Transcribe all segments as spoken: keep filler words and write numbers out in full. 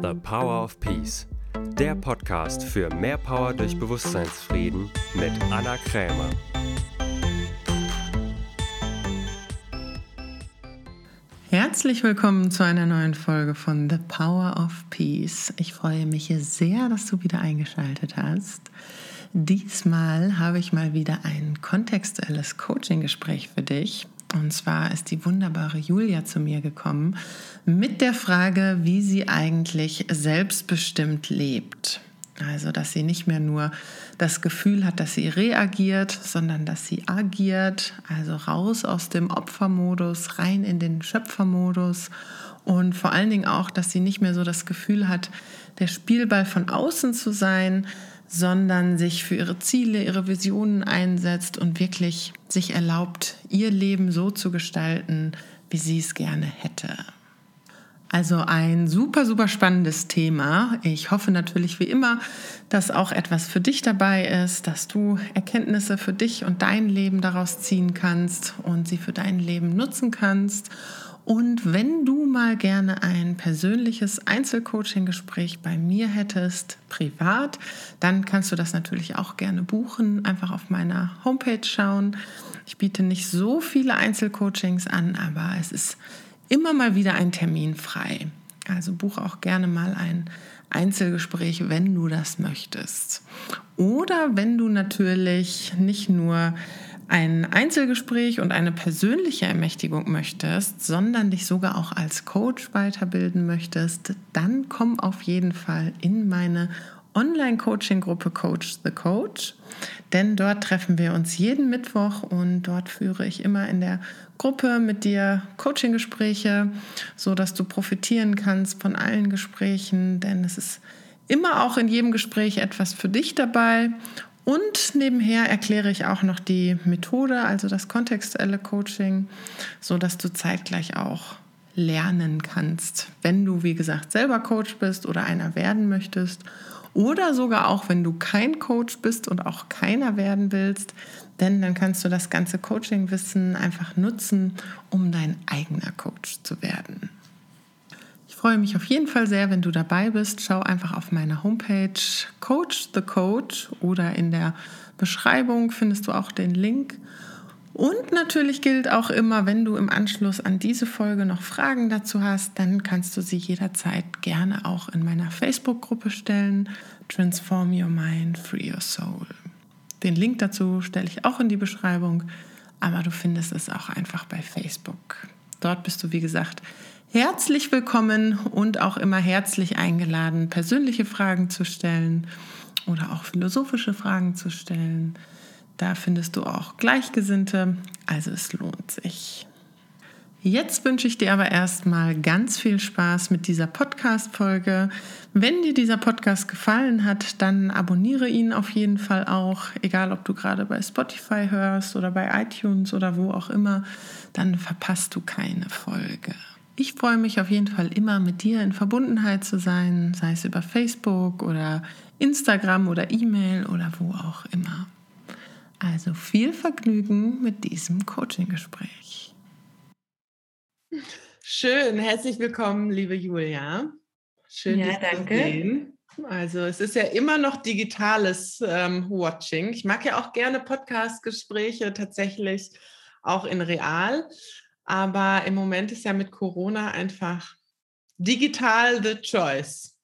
The Power of Peace, der Podcast für mehr Power durch Bewusstseinsfrieden mit Anna Krämer. Herzlich willkommen zu einer neuen Folge von The Power of Peace. Ich freue mich sehr, dass du wieder eingeschaltet hast. Diesmal habe ich mal wieder ein kontextuelles Coaching-Gespräch für dich. Und zwar ist die wunderbare Julia zu mir gekommen mit der Frage, wie sie eigentlich selbstbestimmt lebt. Also, dass sie nicht mehr nur das Gefühl hat, dass sie reagiert, sondern dass sie agiert. Also raus aus dem Opfermodus, rein in den Schöpfermodus. Und vor allen Dingen auch, dass sie nicht mehr so das Gefühl hat, der Spielball von außen zu sein, sondern sich für ihre Ziele, ihre Visionen einsetzt und wirklich sich erlaubt, ihr Leben so zu gestalten, wie sie es gerne hätte. Also ein super, super spannendes Thema. Ich hoffe natürlich wie immer, dass auch etwas für dich dabei ist, dass du Erkenntnisse für dich und dein Leben daraus ziehen kannst und sie für dein Leben nutzen kannst. Und wenn du mal gerne ein persönliches Einzelcoaching-Gespräch bei mir hättest, privat, dann kannst du das natürlich auch gerne buchen. Einfach auf meiner Homepage schauen. Ich biete nicht so viele Einzelcoachings an, aber es ist immer mal wieder ein Termin frei. Also buche auch gerne mal ein Einzelgespräch, wenn du das möchtest. Oder wenn du natürlich nicht nur ein Einzelgespräch und eine persönliche Ermächtigung möchtest, sondern dich sogar auch als Coach weiterbilden möchtest, dann komm auf jeden Fall in meine Online-Coaching-Gruppe Coach the Coach, denn dort treffen wir uns jeden Mittwoch und dort führe ich immer in der Gruppe mit dir Coaching-Gespräche, sodass du profitieren kannst von allen Gesprächen, denn es ist immer auch in jedem Gespräch etwas für dich dabei. Und nebenher erkläre ich auch noch die Methode, also das kontextuelle Coaching, sodass du zeitgleich auch lernen kannst, wenn du, wie gesagt, selber Coach bist oder einer werden möchtest oder sogar auch, wenn du kein Coach bist und auch keiner werden willst, denn dann kannst du das ganze Coaching-Wissen einfach nutzen, um dein eigener Coach zu werden. Ich freue mich auf jeden Fall sehr, wenn du dabei bist. Schau einfach auf meiner Homepage Coach the Coach oder in der Beschreibung findest du auch den Link. Und natürlich gilt auch immer, wenn du im Anschluss an diese Folge noch Fragen dazu hast, dann kannst du sie jederzeit gerne auch in meiner Facebook-Gruppe stellen. Transform Your Mind, Free Your Soul. Den Link dazu stelle ich auch in die Beschreibung, aber du findest es auch einfach bei Facebook. Dort bist du, wie gesagt, herzlich willkommen und auch immer herzlich eingeladen, persönliche Fragen zu stellen oder auch philosophische Fragen zu stellen. Da findest du auch Gleichgesinnte, also es lohnt sich. Jetzt wünsche ich dir aber erstmal ganz viel Spaß mit dieser Podcast-Folge. Wenn dir dieser Podcast gefallen hat, dann abonniere ihn auf jeden Fall auch, egal ob du gerade bei Spotify hörst oder bei iTunes oder wo auch immer, dann verpasst du keine Folge. Ich freue mich auf jeden Fall immer, mit dir in Verbundenheit zu sein, sei es über Facebook oder Instagram oder E-Mail oder wo auch immer. Also viel Vergnügen mit diesem Coaching-Gespräch. Schön, herzlich willkommen, liebe Julia. Schön, ja, dich danke. zu sehen. Also es ist ja immer noch digitales ähm, Watching. Ich mag ja auch gerne Podcast-Gespräche tatsächlich auch in real. Aber im Moment ist ja mit Corona einfach digital the choice.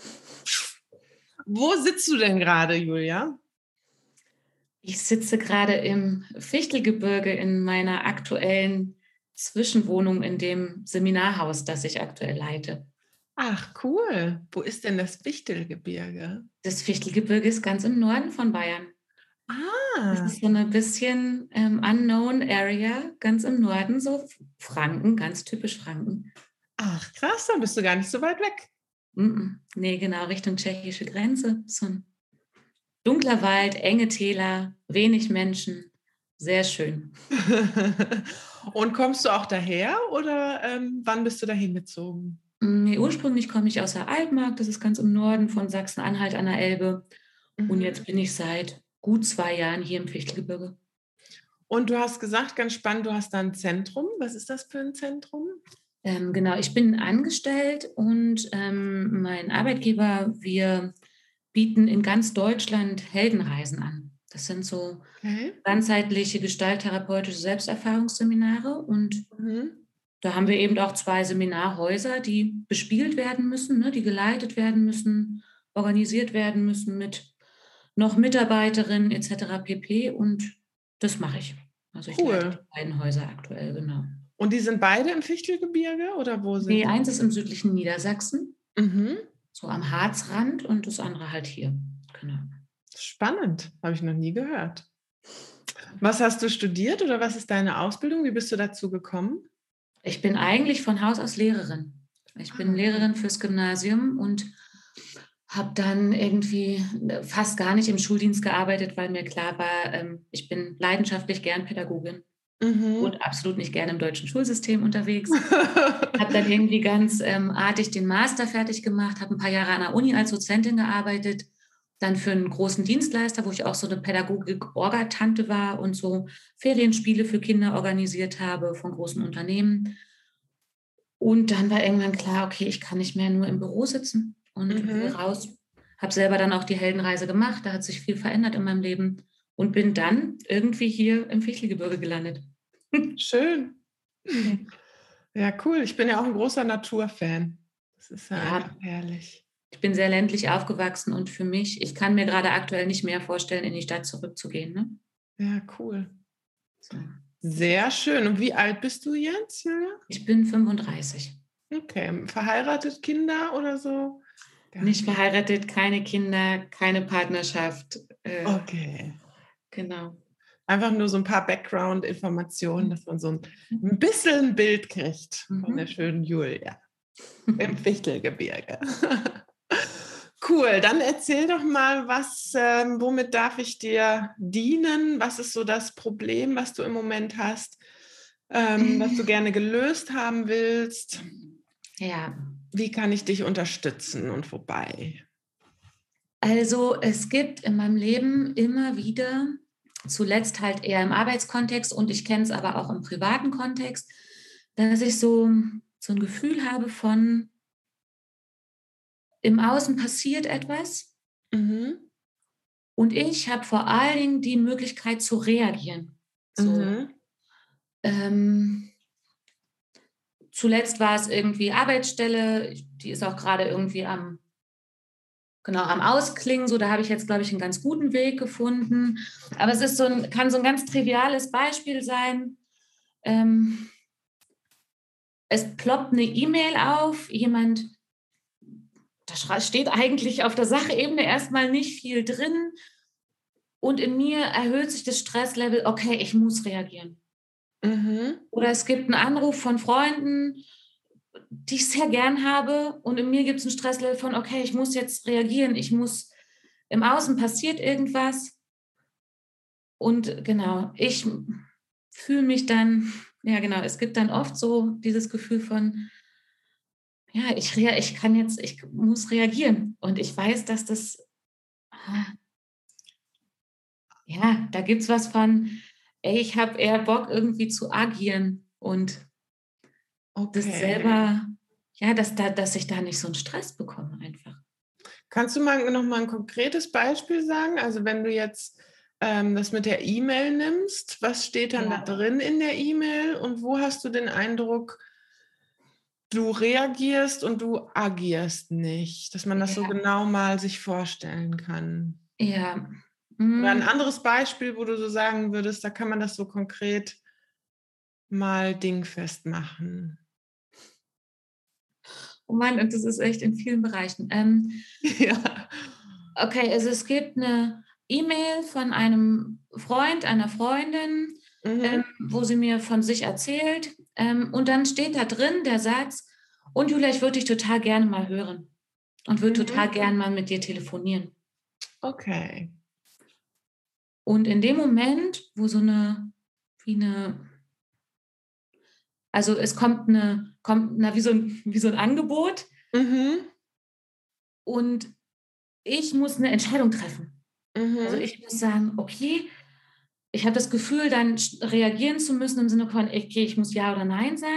Wo sitzt du denn gerade, Julia? Ich sitze gerade im Fichtelgebirge in meiner aktuellen Zwischenwohnung in dem Seminarhaus, das ich aktuell leite. Ach, cool. Wo ist denn das Fichtelgebirge? Das Fichtelgebirge ist ganz im Norden von Bayern. Ah. Das ist so ein bisschen ähm, unknown area, ganz im Norden, so Franken, ganz typisch Franken. Ach, krass, dann bist du gar nicht so weit weg. Mm-mm. Nee, genau, Richtung tschechische Grenze. So ein dunkler Wald, enge Täler, wenig Menschen, sehr schön. Und kommst du auch daher oder ähm, wann bist du dahin gezogen? Nee, ursprünglich komme ich aus der Altmark, das ist ganz im Norden von Sachsen-Anhalt an der Elbe. Mhm. Und jetzt bin ich seit gut zwei Jahren hier im Fichtelgebirge. Und du hast gesagt, ganz spannend, du hast da ein Zentrum. Was ist das für ein Zentrum? Ähm, genau, ich bin angestellt und ähm, mein Arbeitgeber, wir bieten in ganz Deutschland Heldenreisen an. Das sind so Okay. ganzheitliche gestalttherapeutische Selbsterfahrungsseminare und Mhm. da haben wir eben auch zwei Seminarhäuser, die bespielt werden müssen, ne, die geleitet werden müssen, organisiert werden müssen mit noch Mitarbeiterinnen et cetera pp. Und das mache ich. Also ich leite die Cool. beiden Häuser aktuell, genau. Und die sind beide im Fichtelgebirge oder wo sind Nee, die? eins ist im südlichen Niedersachsen, Mhm. so am Harzrand und das andere halt hier. Genau. Spannend, habe ich noch nie gehört. Was hast du studiert oder was ist deine Ausbildung? Wie bist du dazu gekommen? Ich bin eigentlich von Haus aus Lehrerin. Ich bin Ah, Lehrerin fürs Gymnasium und habe dann irgendwie fast gar nicht im Schuldienst gearbeitet, weil mir klar war, ähm, ich bin leidenschaftlich gern Pädagogin mhm. und absolut nicht gern im deutschen Schulsystem unterwegs. Habe dann irgendwie ganz ähm, artig den Master fertig gemacht, habe ein paar Jahre an der Uni als Dozentin gearbeitet, dann für einen großen Dienstleister, wo ich auch so eine Pädagogik-Orga-Tante war und so Ferienspiele für Kinder organisiert habe von großen Unternehmen. Und dann war irgendwann klar, okay, ich kann nicht mehr nur im Büro sitzen und will Mhm. raus. Habe selber dann auch die Heldenreise gemacht, da hat sich viel verändert in meinem Leben und bin dann irgendwie hier im Fichtelgebirge gelandet. Schön. Ja, cool. Ich bin ja auch ein großer Naturfan. Das ist ja Ja, einfach herrlich. ich bin sehr ländlich aufgewachsen und für mich, ich kann mir gerade aktuell nicht mehr vorstellen, in die Stadt zurückzugehen. Ne? Ja, cool. So, das Sehr ist, schön. Und wie alt bist du jetzt, Julia? ich bin fünfunddreißig. Okay. Verheiratet, Kinder oder so? Gar Nicht nicht. verheiratet, keine Kinder, keine Partnerschaft. Äh, Okay. genau. Einfach nur so ein paar Background-Informationen, dass man so ein, ein bisschen ein Bild kriegt von der Mhm. schönen Julia im Fichtelgebirge. Cool, dann erzähl doch mal, was, ähm, womit darf ich dir dienen? Was ist so das Problem, was du im Moment hast, ähm, was du gerne gelöst haben willst? Ja, Wie kann ich dich unterstützen und wobei? also es gibt in meinem Leben immer wieder, zuletzt halt eher im Arbeitskontext und ich kenne es aber auch im privaten Kontext, dass ich so, so ein Gefühl habe von, im Außen passiert etwas Mhm. und ich habe vor allen Dingen die Möglichkeit zu reagieren. So, Mhm. ähm, zuletzt war es irgendwie Arbeitsstelle, die ist auch gerade irgendwie am, genau, am Ausklingen. So, da habe ich jetzt, glaube ich, einen ganz guten Weg gefunden. Aber es ist so ein, kann so ein ganz triviales Beispiel sein. Ähm, es ploppt eine E-Mail auf, jemand, da steht eigentlich auf der Sachebene erstmal nicht viel drin. Und in mir erhöht sich das Stresslevel, okay, ich muss reagieren. Mhm. Oder es gibt einen Anruf von Freunden, die ich sehr gern habe. Und in mir gibt es ein Stresslevel von, okay, ich muss jetzt reagieren. Ich muss, im Außen passiert irgendwas. Und genau, ich fühle mich dann, ja genau, es gibt dann oft so dieses Gefühl von, ja, ich, rea ich kann jetzt, ich muss reagieren. Und ich weiß, dass das, ja, da gibt es was von, ey, ich habe eher Bock irgendwie zu agieren und das Okay. selber, ja, dass, da, dass ich da nicht so einen Stress bekomme einfach. Kannst du mal noch mal ein konkretes Beispiel sagen? Also wenn du jetzt ähm, das mit der E-Mail nimmst, was steht dann da Ja, drin in der E-Mail und wo hast du den Eindruck, du reagierst und du agierst nicht, dass man das so ja, genau mal sich vorstellen kann? ja. Oder ein Mm. anderes Beispiel, wo du so sagen würdest, da kann man das so konkret mal dingfest machen. Oh Mann, und das ist echt in vielen Bereichen. Ähm, Ja. okay, also es gibt eine E-Mail von einem Freund, einer Freundin, ähm, Mhm. wo sie mir von sich erzählt. Ähm, und dann steht da drin der Satz, und Julia, ich würde dich total gerne mal hören und würde total Mhm. gerne mal mit dir telefonieren. Okay. Und in dem Moment, wo so eine, wie eine, also es kommt eine, kommt na, wie so ein, wie so ein Angebot Mhm. und ich muss eine Entscheidung treffen. Also Mhm. ich muss sagen, okay, ich habe das Gefühl, dann reagieren zu müssen im Sinne von, okay, ich muss Ja oder Nein sagen.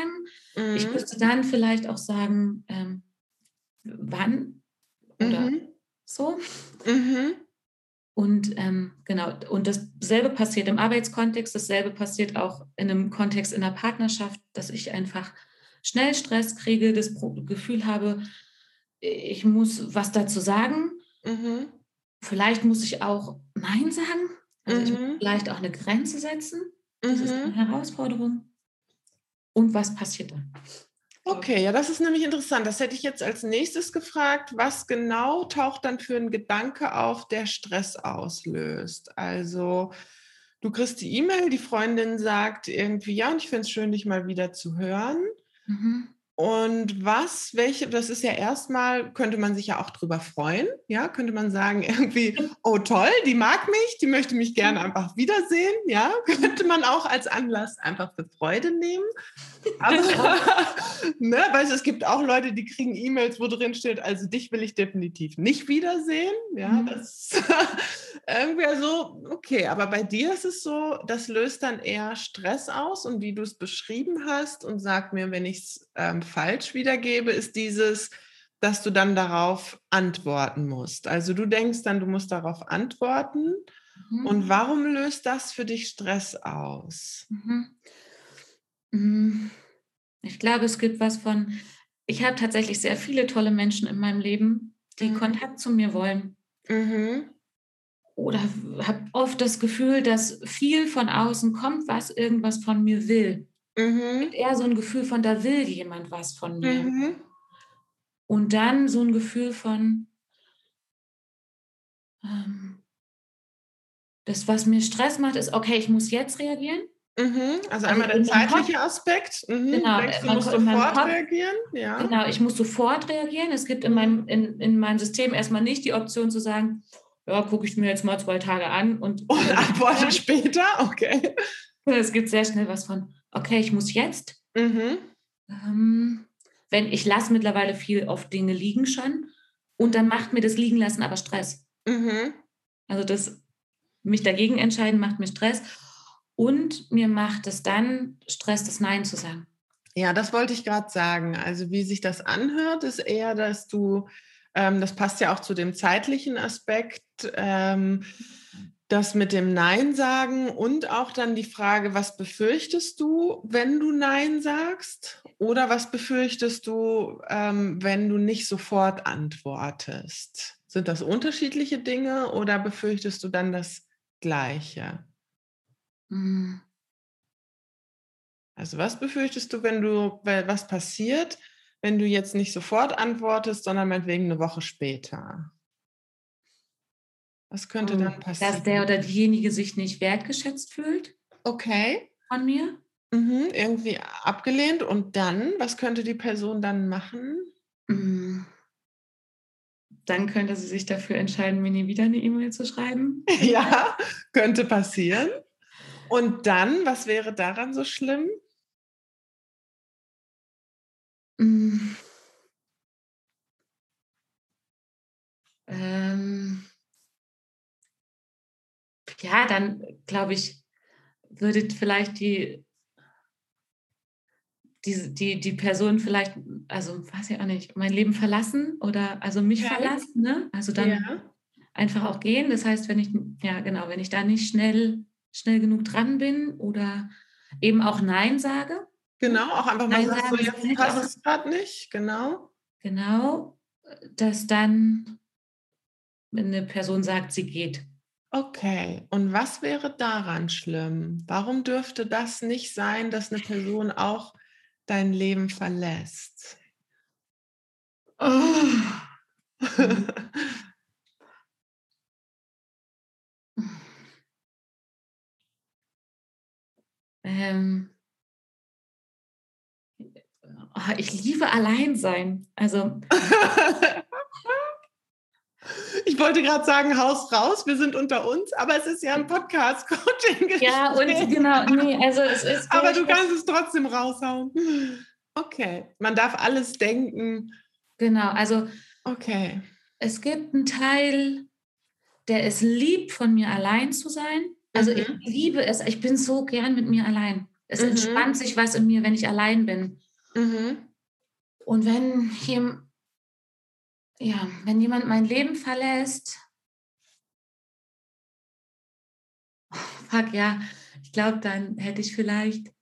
Ich Mhm. müsste dann vielleicht auch sagen, ähm, wann oder Mhm. so. Mhm. Und ähm, genau, und dasselbe passiert im Arbeitskontext, dasselbe passiert auch in einem Kontext in der Partnerschaft, dass ich einfach schnell Stress kriege, das Pro- Gefühl habe, ich muss was dazu sagen. Mhm. Vielleicht muss ich auch Nein sagen. Also ich muss Mhm. vielleicht auch eine Grenze setzen. Das ist eine Mhm. Herausforderung. Und was passiert dann? Okay, ja, das ist nämlich interessant. Das hätte ich jetzt als nächstes gefragt. Was genau taucht dann für ein Gedanke auf, der Stress auslöst? Also, du kriegst die E-Mail, die Freundin sagt irgendwie, ja, und ich finde es schön, dich mal wieder zu hören. Mhm. Und was, welche, das ist ja erstmal, könnte man sich ja auch drüber freuen, ja, könnte man sagen, irgendwie, oh toll, die mag mich, die möchte mich gerne einfach wiedersehen, ja, könnte man auch als Anlass einfach für Freude nehmen. Aber, ne, weißt du, es gibt auch Leute, die kriegen E-Mails, wo drin steht, also dich will ich definitiv nicht wiedersehen. Ja, Mhm. das irgendwie so, okay, aber bei dir ist es so, das löst dann eher Stress aus und wie du es beschrieben hast und sag mir, wenn ich es ähm, falsch wiedergebe, ist dieses, dass du dann darauf antworten musst. Also du denkst dann, du musst darauf antworten. Und Mhm. warum löst das für dich Stress aus? Mhm. Mhm. Ich glaube, es gibt was von, ich habe tatsächlich sehr viele tolle Menschen in meinem Leben, die Mhm. Kontakt zu mir wollen. Mhm. Oder habe oft das Gefühl, dass viel von außen kommt, was irgendwas von mir will. Es gibt Mhm. eher so ein Gefühl von, da will jemand was von mir. Mhm. Und dann so ein Gefühl von, ähm, das, was mir Stress macht, ist, okay, ich muss jetzt reagieren. Mhm. Also Also einmal der in meinem Kopf, zeitliche Aspekt. Mhm. Du genau, denkst, du mein, musst Ko- in meinem sofort Kopf, reagieren. Ja. genau, ich muss sofort reagieren. Es gibt in Mhm. meinem, in, in meinem System erstmal nicht die Option zu sagen, ja, gucke ich mir jetzt mal zwei Tage an und Und überlege antworte mal. später. Okay. Es gibt sehr schnell was von, okay, ich muss jetzt. Mhm. Ähm, wenn ich lasse mittlerweile viel oft Dinge liegen schon und dann macht mir das Liegenlassen aber Stress. Mhm. Also das mich dagegen entscheiden macht mir Stress und mir macht es dann Stress, das Nein zu sagen. Ja, das wollte ich gerade sagen. Also wie sich das anhört, ist eher, dass du, ähm, das passt ja auch zu dem zeitlichen Aspekt, ähm, das mit dem Nein sagen und auch dann die Frage, was befürchtest du, wenn du Nein sagst? Oder was befürchtest du, ähm, wenn du nicht sofort antwortest? Sind das unterschiedliche Dinge oder befürchtest du dann das Gleiche? Hm. Also was befürchtest du, wenn du, weil was passiert, wenn du jetzt nicht sofort antwortest, sondern meinetwegen eine Woche später? Was könnte dann Dass der passieren? oder diejenige sich nicht wertgeschätzt fühlt Okay, von mir. mhm, irgendwie abgelehnt und dann, was könnte die Person dann machen? Hm. Dann könnte sie sich dafür entscheiden, mir nie wieder eine E-Mail zu schreiben. Ja, könnte passieren. Und dann, was wäre daran so schlimm? Hm. Ähm, ja, dann glaube ich, würde vielleicht die, die, die, die Person vielleicht, also weiß ich auch nicht, mein Leben verlassen oder also mich Okay. verlassen, ne? Also dann Ja, einfach auch gehen. Das heißt, wenn ich, ja genau, wenn ich da nicht schnell, schnell genug dran bin oder eben auch Nein sage. Ne? genau, auch einfach mal Nein sagst, so sagen ist jetzt vielleicht passt auch, es gerade nicht, genau. genau, dass dann eine Person sagt, sie geht. Okay, und was wäre daran schlimm? Warum dürfte das nicht sein, dass eine Person auch dein Leben verlässt? Oh. Ähm, oh, ich liebe allein sein. Also Ich wollte gerade sagen, Haus raus, wir sind unter uns, aber es ist ja ein ja, und Podcast-Coaching-Gespräch. genau, nee, also es ist, glaube Aber ich, du was, kannst es trotzdem raushauen. Okay, man darf alles denken. genau, also Okay. es gibt einen Teil, der es liebt, von mir allein zu sein. Also ich Mhm. liebe es, ich bin so gern mit mir allein. Es Mhm. entspannt sich was in mir, wenn ich allein bin. Mhm. Und wenn, jem, ja, wenn jemand mein Leben verlässt, fuck ja, ich glaube, dann hätte ich vielleicht,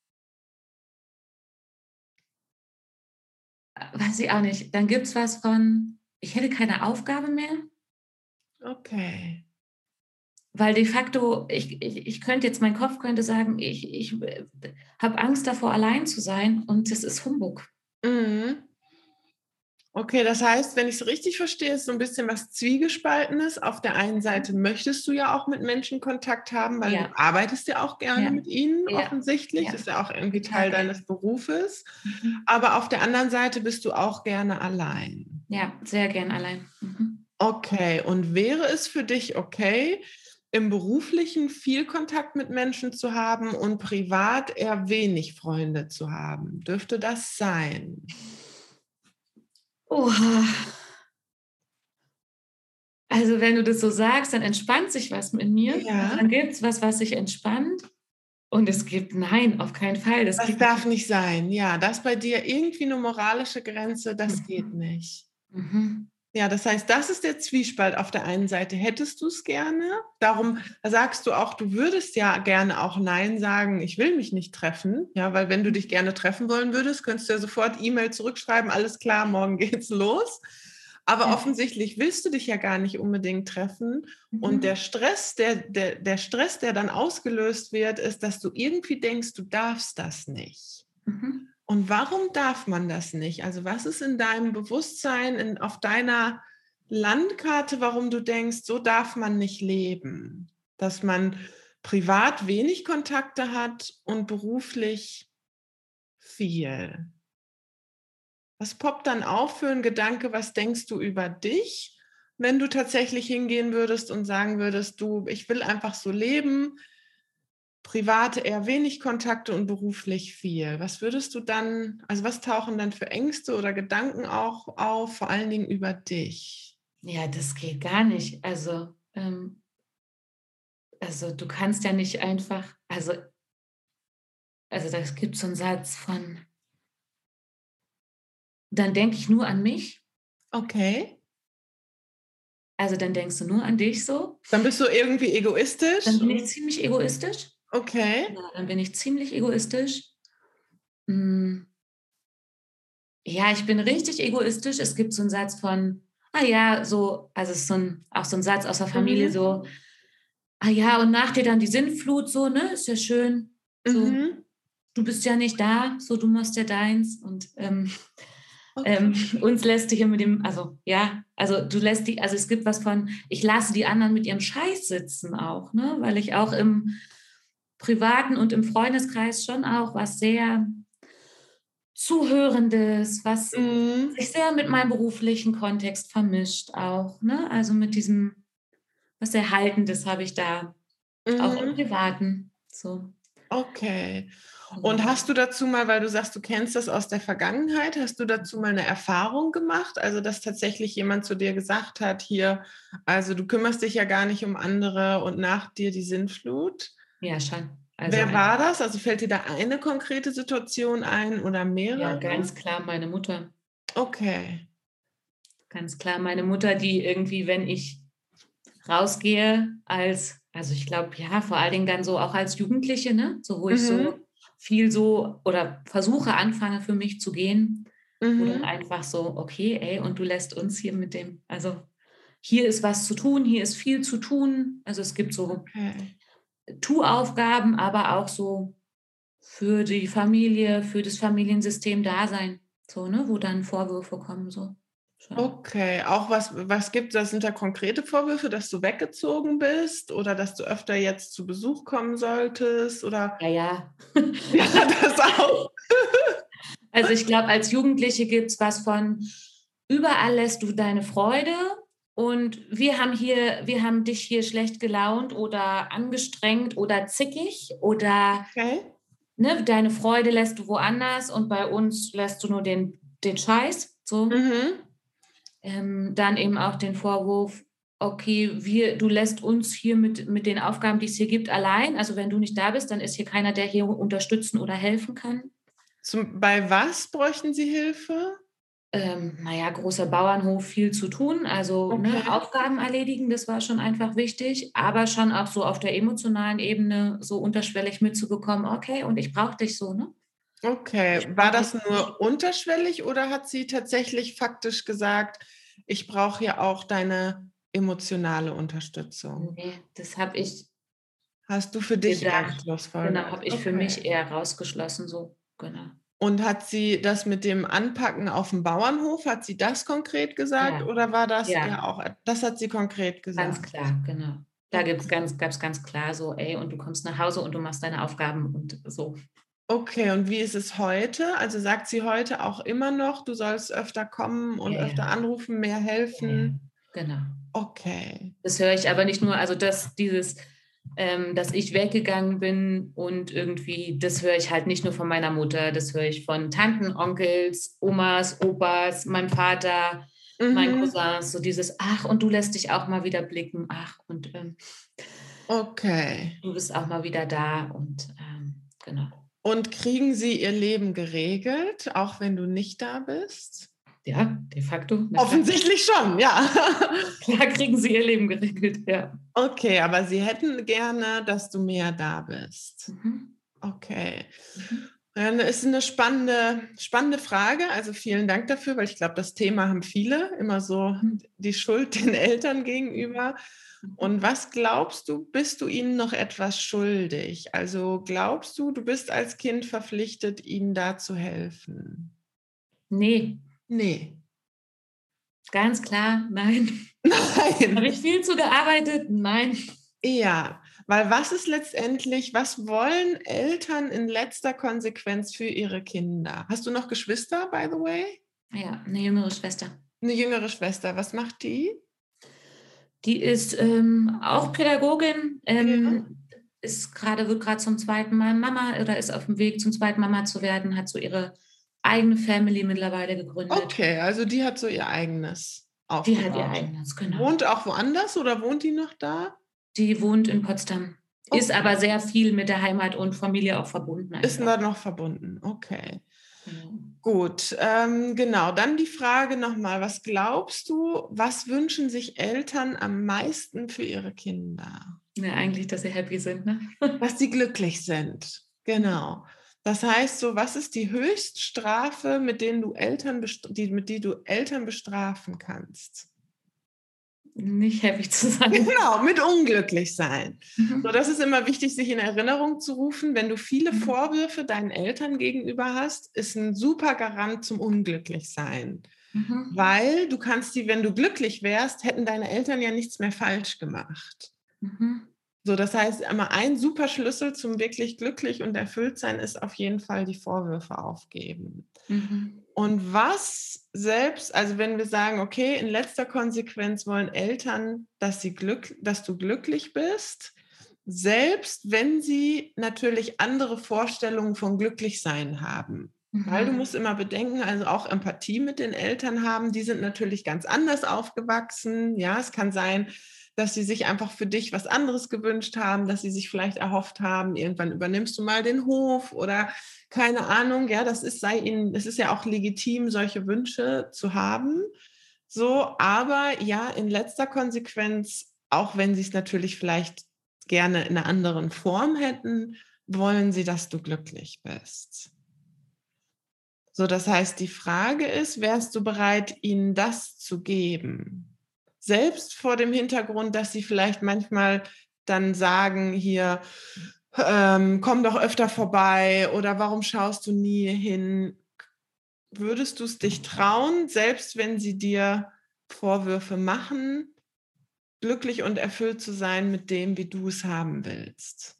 weiß ich auch nicht, dann gibt es was von, ich hätte keine Aufgabe mehr, Okay. weil de facto, ich, ich, ich könnte jetzt, mein Kopf könnte sagen, ich, ich habe Angst davor, allein zu sein und das ist Humbug. Mhm. Okay, das heißt, wenn ich es richtig verstehe, ist so ein bisschen was Zwiegespaltenes. Auf der einen Seite möchtest du ja auch mit Menschen Kontakt haben, weil Ja, du arbeitest ja auch gerne ja, mit ihnen ja, offensichtlich. ja, Das ist ja auch irgendwie total Teil gerne. deines Berufes. Mhm. Aber auf der anderen Seite bist du auch gerne allein. Ja, sehr gern allein. Mhm. Okay, und wäre es für dich okay, im Beruflichen viel Kontakt mit Menschen zu haben und privat eher wenig Freunde zu haben? Dürfte das sein? Oha. Also wenn du das so sagst, dann entspannt sich was mit mir. Also Ja, dann gibt es was, was sich entspannt. Und es gibt, nein, auf keinen Fall. Das das geht darf nicht. nicht sein. Ja, das bei dir irgendwie eine moralische Grenze, das geht Mhm. nicht. Mhm. Ja, das heißt, das ist der Zwiespalt. Auf der einen Seite hättest du es gerne. Darum sagst du auch, du würdest ja gerne auch Nein sagen, ich will mich nicht treffen. Ja, weil wenn du dich gerne treffen wollen würdest, könntest du ja sofort E-Mail zurückschreiben, alles klar, morgen geht's los. Aber Ja. offensichtlich willst du dich ja gar nicht unbedingt treffen. Und der Mhm. Stress, der, der, der Stress, der dann ausgelöst wird, ist, dass du irgendwie denkst, du darfst das nicht. Mhm. Und warum darf man das nicht? Also was ist in deinem Bewusstsein, in, auf deiner Landkarte, warum du denkst, so darf man nicht leben? Dass man privat wenig Kontakte hat und beruflich viel. Was poppt dann auf für ein Gedanke? Was denkst du über dich, wenn du tatsächlich hingehen würdest und sagen würdest, du, ich will einfach so leben, private eher wenig Kontakte und beruflich viel. Was würdest du dann, also was tauchen dann für Ängste oder Gedanken auch auf, vor allen Dingen über dich? Ja, das geht gar nicht. Also, ähm, also du kannst ja nicht einfach, also, also das gibt so einen Satz von, dann denke ich nur an mich. Okay. Also dann denkst du nur an dich so. Dann bist du irgendwie Dann egoistisch bin ich und ziemlich egoistisch. okay. Ja, dann bin ich ziemlich egoistisch. Hm. Ja, ich bin richtig egoistisch. Es gibt so einen Satz von, ah ja, so, also es ist so ein, auch so ein Satz aus der Familie, Mhm. so, ah ja, und nach dir dann die Sintflut, so, ne, ist ja schön. So, Mhm. du bist ja nicht da, so, du machst ja deins. Und ähm, ähm, Okay. uns lässt du hier mit dem, also ja, also du lässt die, also es gibt was von, ich lasse die anderen mit ihrem Scheiß sitzen auch, ne, weil ich auch im Privaten und im Freundeskreis schon auch was sehr Zuhörendes, was Mhm. sich sehr mit meinem beruflichen Kontext vermischt auch, ne? Also mit diesem, was Erhaltendes habe ich da, auch im Mhm. Privaten. So. Okay. Und Ja. hast du dazu mal, weil du sagst, du kennst das aus der Vergangenheit, hast du dazu mal eine Erfahrung gemacht? Also, dass tatsächlich jemand zu dir gesagt hat, hier, also du kümmerst dich ja gar nicht um andere und nach dir die Sintflut? Ja, schon. Also Wer ein, war das? Also fällt dir da eine konkrete Situation ein oder ja, mehrere? ganz klar meine Mutter. Okay. Ganz klar meine Mutter, die irgendwie, wenn ich rausgehe als, also ich glaube, ja, vor allen Dingen dann so auch als Jugendliche, ne? So, wo ich so Mhm. viel so oder versuche, anfange für mich zu gehen, wo dann Mhm. einfach so, okay, ey, und du lässt uns hier mit dem, also hier ist was zu tun, hier ist viel zu tun. Also es gibt so Okay. Tu-Aufgaben, aber auch so für die Familie, für das Familiensystem da sein, so, ne, wo dann Vorwürfe kommen, so schon. Okay. Auch was, was gibt es, sind da konkrete Vorwürfe, dass du weggezogen bist oder dass du öfter jetzt zu Besuch kommen solltest oder Ja, ja. ja, das auch. Also ich glaube, als Jugendliche gibt es was von, überall lässt du deine Freude und wir haben hier, wir haben dich hier schlecht gelaunt oder angestrengt oder zickig oder, Okay. ne, deine Freude lässt du woanders und bei uns lässt du nur den, den Scheiß. So. Mhm. Ähm, dann eben auch den Vorwurf, okay, wir, du lässt uns hier mit, mit den Aufgaben, die es hier gibt, allein. Also wenn du nicht da bist, dann ist hier keiner, der hier unterstützen oder helfen kann. Zum, bei was bräuchten Sie Hilfe? Ähm, naja, großer Bauernhof, viel zu tun, also Okay. ne, Aufgaben erledigen, das war schon einfach wichtig, aber schon auch so auf der emotionalen Ebene so unterschwellig mitzubekommen, okay, und ich brauche dich so, ne? Okay, Ich war brauche das dich. nur unterschwellig oder hat sie tatsächlich faktisch gesagt, ich brauche ja auch deine emotionale Unterstützung? Nee, das habe ich Hast du für dich eher gedacht. Genau, geschlussfolgert? habe ich für mich Okay. eher rausgeschlossen, so, genau. Und hat sie das mit dem Anpacken auf dem Bauernhof, hat sie das konkret gesagt Ja, oder war das ja, eher auch, das hat sie konkret ganz gesagt? klar, genau. Da Okay. gibt's ganz gab's ganz klar so: „Ey, und du kommst nach Hause und du machst deine Aufgaben“ und so. Okay, und wie ist es heute? Also sagt sie heute auch immer noch, du sollst öfter kommen und Ja, ja, öfter anrufen, mehr ja, ja, helfen? genau. Okay. Das höre ich aber nicht nur, also das dieses, ähm, dass ich weggegangen bin und irgendwie, das höre ich halt nicht nur von meiner Mutter, das höre ich von Tanten, Onkels, Omas, Opas, meinem Vater, meinen Mhm. Cousins, so dieses: „Ach, und du lässt dich auch mal wieder blicken. Ach, und, ähm, Okay. du bist auch mal wieder da“ und, ähm, genau. Und kriegen sie ihr Leben geregelt, auch wenn du nicht da bist? Ja, de facto, na klar. Offensichtlich schon, ja. Klar kriegen sie ihr Leben geregelt, ja. Okay, aber sie hätten gerne, dass du mehr da bist. Mhm, Okay. mhm, Ja, ne, ist 'ne spannende spannende Frage. Also, vielen Dank dafür, weil ich glaube, das Thema haben viele, immer so mhm, die Schuld den Eltern gegenüber. mhm. Und was glaubst du, bist du ihnen noch etwas schuldig? Also, glaubst du, du bist als Kind verpflichtet, ihnen da zu helfen? Ne, Ne. ganz klar, nein. Nein. Habe ich viel zu gearbeitet? Nein. Ja, weil was ist letztendlich, was wollen Eltern in letzter Konsequenz für ihre Kinder? Hast du noch Geschwister, by the way? Ja, 'ne jüngere Schwester. 'Ne jüngere Schwester, was macht die? Die ist, ähm, auch Pädagogin, Ja. ähm, ist grade wird grad zum zweiten Mal Mama oder ist auf'm Weg, zum zweiten Mama zu werden, hat so ihre eigene Family mittlerweile gegründet. Okay, also die hat so ihr eigenes Die hat ihr aufgebaut. eigenes, genau. Wohnt auch woanders oder wohnt die noch da? Die wohnt in Potsdam, ist Okay, aber sehr viel mit der Heimat und Familie auch verbunden ist einfach. da noch verbunden. Okay. Genau. Gut, ähm, genau. Dann die Frage noch mal, was glaubst du, was wünschen sich Eltern am meisten für ihre Kinder? Ja, eigentlich, dass sie happy sind, ne? Dass sie glücklich sind. Genau. Das heißt so, was ist die Höchststrafe, mit denen du Eltern best die mit die du Eltern bestrafen kannst? Nicht happy zu sein. Genau, mit unglücklich sein. So, Mhm. das ist immer wichtig, sich in Erinnerung zu rufen. Wenn du viele Mhm. Vorwürfe deinen Eltern gegenüber hast, ist 'n super Garant zum Unglücklichsein. Mhm. Weil du kannst die wenn du glücklich wärst, hätten deine Eltern ja nichts mehr falsch gemacht. Mhm. So, das heißt, einmal ein super Schlüssel zum wirklich glücklich und erfüllt sein ist auf jeden Fall die Vorwürfe aufgeben. Mhm. Und was selbst also, wenn wir sagen, okay, in letzter Konsequenz wollen Eltern, dass sie glück dass du glücklich bist, selbst wenn sie natürlich andere Vorstellungen von Glücklichsein haben. Weil du Mhm. musst immer bedenken, also auch Empathie mit den Eltern haben, die sind natürlich ganz anders aufgewachsen. Ja, es kann sein, dass sie sich einfach für dich was anderes gewünscht haben, dass sie sich vielleicht erhofft haben, irgendwann übernimmst du mal den Hof oder keine Ahnung, ja, das ist sei ihnen es ist ja auch legitim, solche Wünsche zu haben. So, aber ja, in letzter Konsequenz, auch wenn sie's natürlich vielleicht gerne in 'ner anderen Form hätten, wollen sie, dass du glücklich bist. So, das heißt, die Frage ist, wärst du bereit, ihnen das zu geben? Selbst vor dem Hintergrund, dass sie vielleicht manchmal dann sagen hier, ähm: „Komm doch öfter vorbei“ oder „Warum schaust du nie hin?“ Würdest du's dich trauen, selbst wenn sie dir Vorwürfe machen, glücklich und erfüllt zu sein mit dem, wie du es haben willst?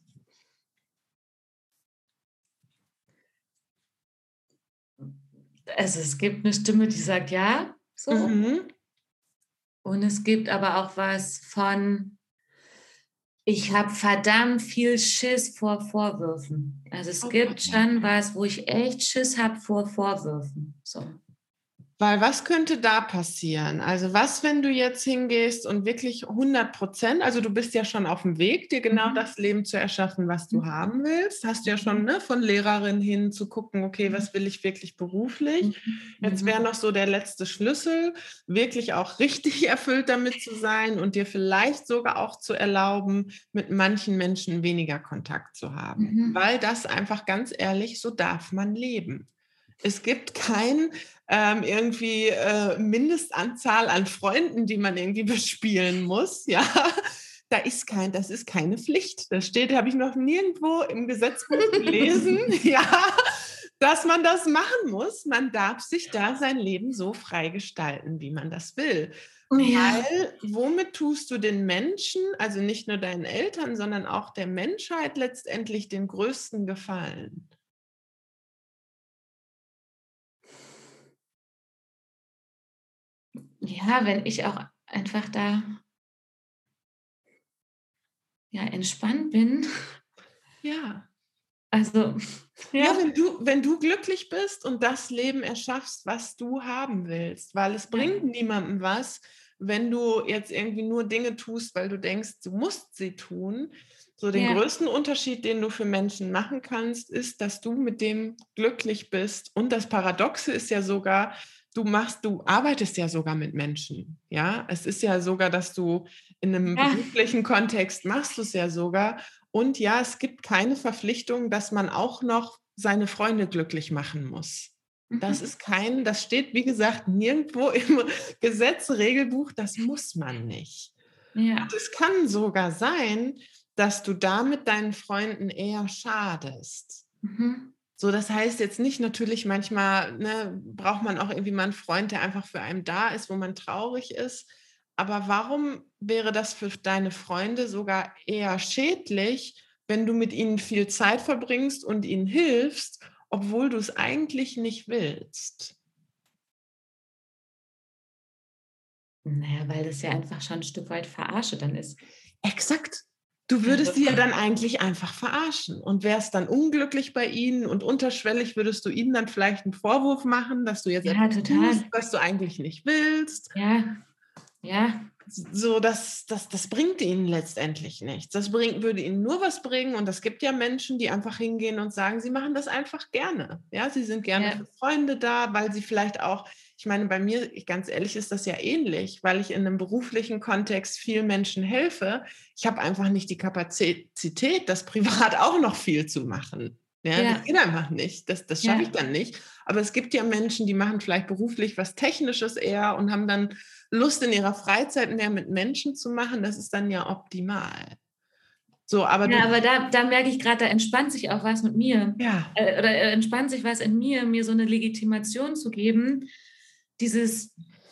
Also, es gibt 'ne Stimme, die sagt ja, so. Mhm. Und es gibt aber auch was von: Ich habe verdammt viel Schiss vor Vorwürfen. Also, es gibt Okay. schon was, wo ich echt Schiss habe vor Vorwürfen, so. Weil was könnte da passieren? Also was, wenn du jetzt hingehst und wirklich hundert Prozent, also du bist ja schon auf dem Weg, dir genau Mhm. das Leben zu erschaffen, was du Mhm. haben willst. Hast ja schon, ne, von Lehrerin hin zu gucken, okay, was will ich wirklich beruflich? Mhm. Jetzt wäre noch so der letzte Schlüssel, wirklich auch richtig erfüllt damit zu sein und dir vielleicht sogar auch zu erlauben, mit manchen Menschen weniger Kontakt zu haben. Mhm. Weil das einfach ganz ehrlich, so darf man leben. Es gibt kein ähm, irgendwie äh, Mindestanzahl an Freunden, die man irgendwie bespielen muss. Ja, da ist kein, das ist keine Pflicht. Das steht, habe ich noch nirgendwo im Gesetzbuch gelesen. Ja, dass man das machen muss. Man darf sich da sein Leben so frei gestalten, wie man das will. Ja. Weil womit tust du den Menschen, also nicht nur deinen Eltern, sondern auch der Menschheit letztendlich den größten Gefallen? Ja, wenn ich auch einfach da ja, entspannt bin. Ja. Also, Ja, ja. wenn du, wenn du glücklich bist und das Leben erschaffst, was du haben willst, weil es Ja. bringt niemandem was, wenn du jetzt irgendwie nur Dinge tust, weil du denkst, du musst sie tun. So den Ja. größten Unterschied, den du für Menschen machen kannst, ist, dass du mit dem glücklich bist. Und das Paradoxe ist ja sogar, du machst, du arbeitest ja sogar mit Menschen. Ja, es ist ja sogar, dass du in einem Ja. beruflichen Kontext machst du es ja sogar. Und ja, es gibt keine Verpflichtung, dass man auch noch seine Freunde glücklich machen muss. Das Mhm. ist kein, das steht, wie gesagt, nirgendwo im Gesetz, Regelbuch, das muss man nicht. Ja. Und es kann sogar sein, dass du damit deinen Freunden eher schadest. Mhm. So, das heißt jetzt nicht, natürlich manchmal, ne, braucht man auch irgendwie mal einen Freund, der einfach für einen da ist, wo man traurig ist. Aber warum wäre das für deine Freunde sogar eher schädlich, wenn du mit ihnen viel Zeit verbringst und ihnen hilfst, obwohl du es eigentlich nicht willst? Naja, weil das ja einfach schon ein Stück weit Verarsche dann ist. Exakt. Du Also, würdest sie ja dann eigentlich einfach verarschen und wärst dann unglücklich bei ihnen und unterschwellig würdest du ihnen dann vielleicht einen Vorwurf machen, dass du jetzt ja, etwas tust, total. was du eigentlich nicht willst. Ja, ja, So, das, das, das bringt ihnen letztendlich nichts. Das bringt, würde ihnen nur was bringen. Und es gibt ja Menschen, die einfach hingehen und sagen, sie machen das einfach gerne. Ja, sie sind gerne ja, für Freunde da, weil sie vielleicht auch, ich meine, bei mir, ich, ganz ehrlich, ist das ja ähnlich, weil ich in einem beruflichen Kontext vielen Menschen helfe. Ich habe einfach nicht die Kapazität, das privat auch noch viel zu machen. Ja, das ja, geht einfach nicht. Das, das schaffe ich ja, dann nicht. Aber es gibt ja Menschen, die machen vielleicht beruflich was Technisches eher und haben dann Lust in ihrer Freizeit mehr mit Menschen zu machen. Das ist dann ja optimal. So, aber ja, du, aber da, da merke ich gerade, da entspannt sich auch was mit mir. ja, Äh, oder äh, entspannt sich was in mir, mir so eine Legitimation zu geben. Dieses,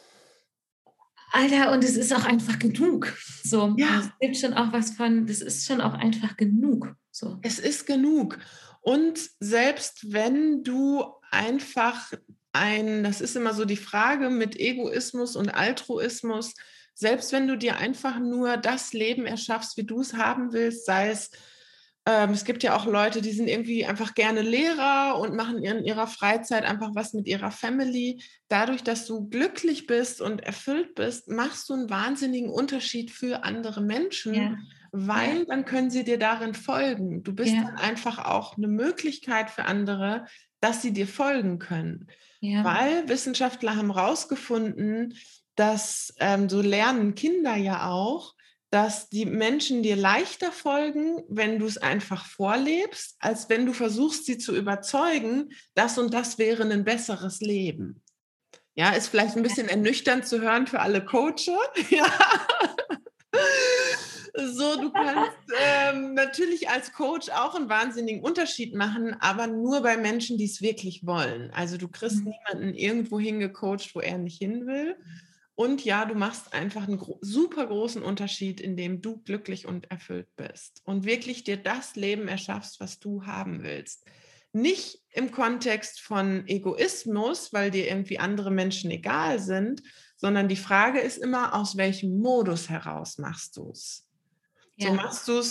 Alter, und es ist auch einfach genug. So, es ja, gibt schon auch was von, das ist schon auch einfach genug. So. es ist genug. Und selbst wenn du einfach ein, das ist immer so die Frage mit Egoismus und Altruismus, selbst wenn du dir einfach nur das Leben erschaffst, wie du es haben willst, sei es, ähm, es gibt ja auch Leute, die sind irgendwie einfach gerne Lehrer und machen in ihrer Freizeit einfach was mit ihrer Family. Dadurch, dass du glücklich bist und erfüllt bist, machst du einen wahnsinnigen Unterschied für andere Menschen, Ja, ja, weil dann können sie dir darin folgen. Du bist ja, dann einfach auch eine Möglichkeit für andere, dass sie dir folgen können. ja, Weil Wissenschaftler haben herausgefunden, dass ähm, so lernen Kinder ja auch, dass die Menschen dir leichter folgen, wenn du es einfach vorlebst, als wenn du versuchst, sie zu überzeugen, das und das wäre ein besseres Leben. Ja, ist vielleicht ein bisschen ernüchternd zu hören für alle Coaches. Ja. So, du kannst ähm, natürlich als Coach auch einen wahnsinnigen Unterschied machen, aber nur bei Menschen, die es wirklich wollen. Also du kriegst mhm, niemanden irgendwo hingecoacht, wo er nicht hin will. Und ja, du machst einfach einen gro- super großen Unterschied, indem du glücklich und erfüllt bist und wirklich dir das Leben erschaffst, was du haben willst. Nicht im Kontext von Egoismus, weil dir irgendwie andere Menschen egal sind, sondern die Frage ist immer, aus welchem Modus heraus machst du es? So ja, machst du es,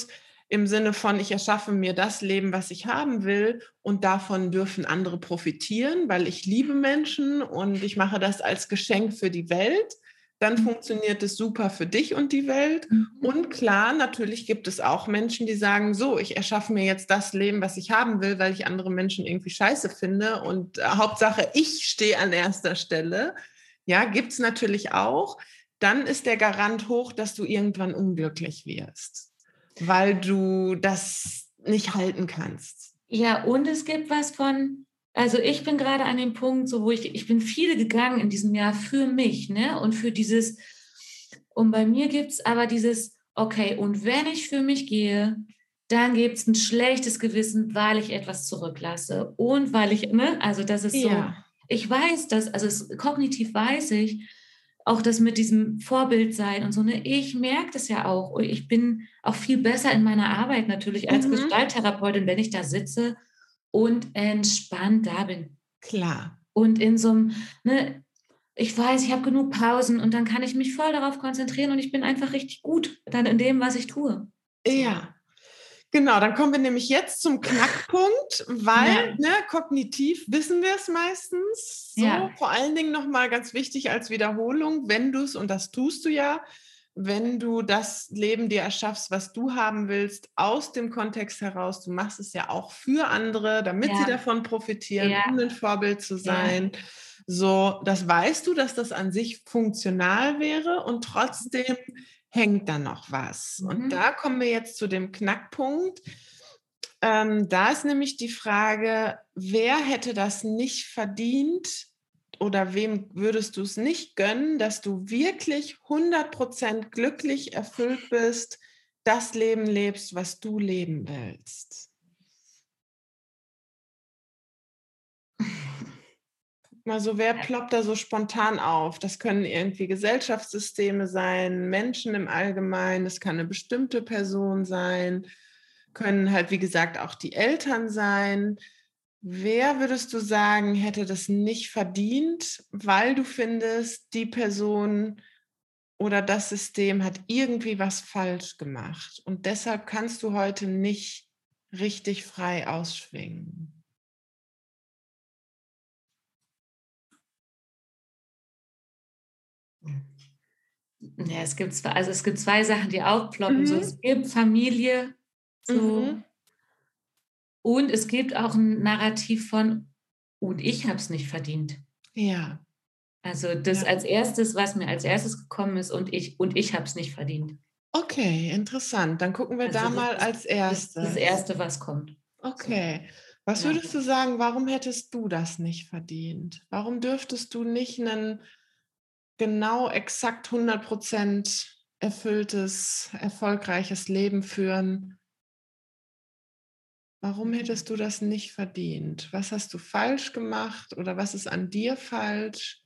im Sinne von, ich erschaffe mir das Leben, was ich haben will und davon dürfen andere profitieren, weil ich liebe Menschen und ich mache das als Geschenk für die Welt. Dann funktioniert es super für dich und die Welt. Und klar, natürlich gibt es auch Menschen, die sagen, so, ich erschaffe mir jetzt das Leben, was ich haben will, weil ich andere Menschen irgendwie scheiße finde und äh, Hauptsache, ich stehe an erster Stelle. Ja, gibt es natürlich auch. Dann ist der Garant hoch, dass du irgendwann unglücklich wirst, weil du das nicht halten kannst. Ja, und es gibt was von, also ich bin gerade an dem Punkt, so wo ich, ich bin viel gegangen in diesem Jahr für mich, ne? Und für dieses, und bei mir gibt es aber dieses, okay, und wenn ich für mich gehe, dann gibt es ein schlechtes Gewissen, weil ich etwas zurücklasse und weil ich, ne? Also das ist so, Ja. ich weiß das, also es, kognitiv weiß ich, auch das mit diesem Vorbild sein und so, ne? Ich merke das ja auch. Und ich bin auch viel besser in meiner Arbeit natürlich als Mhm. Gestalttherapeutin, wenn ich da sitze und entspannt da bin. Klar. Und in so einem, ne, ich weiß, ich habe genug Pausen und dann kann ich mich voll darauf konzentrieren und ich bin einfach richtig gut dann in dem, was ich tue. Ja. Genau, dann kommen wir nämlich jetzt zum Knackpunkt, weil Ja. ne, kognitiv wissen wir es meistens. So, Ja. vor allen Dingen nochmal ganz wichtig als Wiederholung, wenn du es, und das tust du ja, wenn du das Leben dir erschaffst, was du haben willst, aus dem Kontext heraus, du machst es ja auch für andere, damit Ja. sie davon profitieren, Ja. um ein Vorbild zu Ja. sein. So, das weißt du, dass das an sich funktional wäre und trotzdem hängt da noch was. Mhm. Und da kommen wir jetzt zu dem Knackpunkt. Ähm, da ist nämlich die Frage, wer hätte das nicht verdient oder wem würdest du es nicht gönnen, dass du wirklich hundert Prozent glücklich erfüllt bist, das Leben lebst, was du leben willst? Mal so, wer ploppt da so spontan auf? Das können irgendwie Gesellschaftssysteme sein, Menschen im Allgemeinen, das kann eine bestimmte Person sein, können halt, wie gesagt, auch die Eltern sein. Wer würdest du sagen, hätte das nicht verdient, weil du findest, die Person oder das System hat irgendwie was falsch gemacht und deshalb kannst du heute nicht richtig frei ausschwingen? Ja, es gibt zwei, also es gibt zwei Sachen, die aufploppen. Mhm. So, es gibt Familie, so, Mhm. und es gibt auch ein Narrativ von, und ich habe es nicht verdient. Ja. Also das Ja. als erstes, was mir als erstes gekommen ist, und ich, und ich habe es nicht verdient. Okay, interessant. Dann gucken wir Also da das mal ist als das, erstes. das Erste, was kommt. Okay. Was Ja. würdest du sagen, warum hättest du das nicht verdient? Warum dürftest du nicht ein genau exakt hundert Prozent erfülltes, erfolgreiches Leben führen? Warum hättest du das nicht verdient? Was hast du falsch gemacht oder was ist an dir falsch?